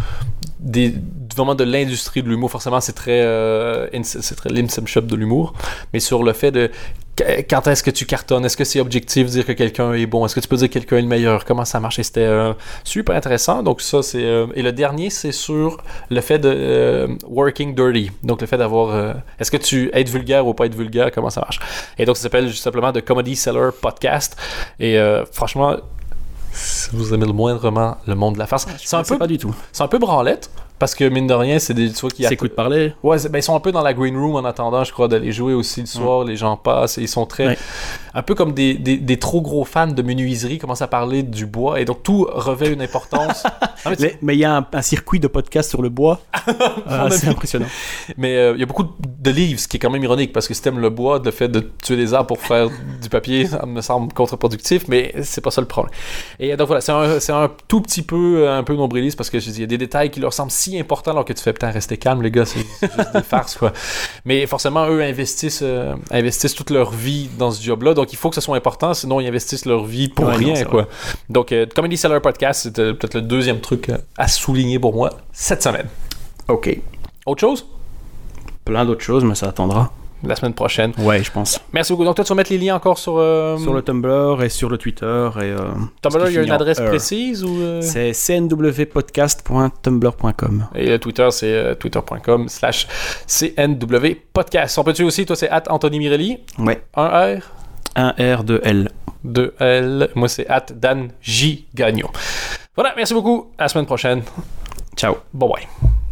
vraiment de l'industrie de l'humour. Forcément, c'est très l'Insom Shop de l'humour, mais sur le fait de quand est-ce que tu cartonnes, est-ce que c'est objectif de dire que quelqu'un est bon, est-ce que tu peux dire que quelqu'un est le meilleur, comment ça marche. Et c'était super intéressant. Donc ça c'est et le dernier c'est sur le fait de working dirty, donc le fait d'avoir est-ce que tu être vulgaire ou pas être vulgaire, comment ça marche. Et donc ça s'appelle juste simplement The Comedy Cellar Podcast. Et franchement, si vous aimez le moindrement le monde de la farce, c'est un peu pas du tout. C'est un peu branlette Parce que, mine de rien, c'est des soirs qui... S'écoute parler. Ouais, ils sont un peu dans la green room en attendant, je crois, d'aller jouer aussi le soir. Les gens passent et ils sont très... Un peu comme des trop gros fans de menuiserie commencent à parler du bois et donc tout revêt une importance. Mais il y a un circuit de podcast sur le bois. C'est impressionnant. Mais il y a beaucoup de livres, ce qui est quand même ironique parce que si t'aimes le bois, le fait de tuer des arbres pour faire du papier, ça me semble contre-productif, mais c'est pas ça le problème. Et donc voilà, c'est un tout petit peu un peu nombriliste parce que il y a des détails qui leur semblent si importants alors que tu fais putain rester calme les gars, c'est juste des farces quoi. Mais forcément eux investissent toute leur vie dans ce job là, donc il faut que ce soit important, sinon ils investissent leur vie pour rien quoi. Vrai. Donc Comedy Seller Podcast, c'est peut-être le deuxième truc à souligner pour moi cette semaine. Ok. Autre chose? Plein d'autres choses, mais ça attendra. La semaine prochaine. Ouais, je pense. Merci beaucoup. Donc toi, tu vas mettre les liens encore sur le Tumblr et sur le Twitter. Tumblr, il y a une adresse précise ou C'est cnwpodcast.tumblr.com. Et le Twitter, c'est twitter.com/cnwpodcast. On peut-tu aussi, toi, c'est @Anthony Mirelli. Ouais. 1 R. 1 R, 2 L. 2 L. Moi, c'est @Dan J Gagnon. Voilà, merci beaucoup. À la semaine prochaine. Ciao. Bye bye.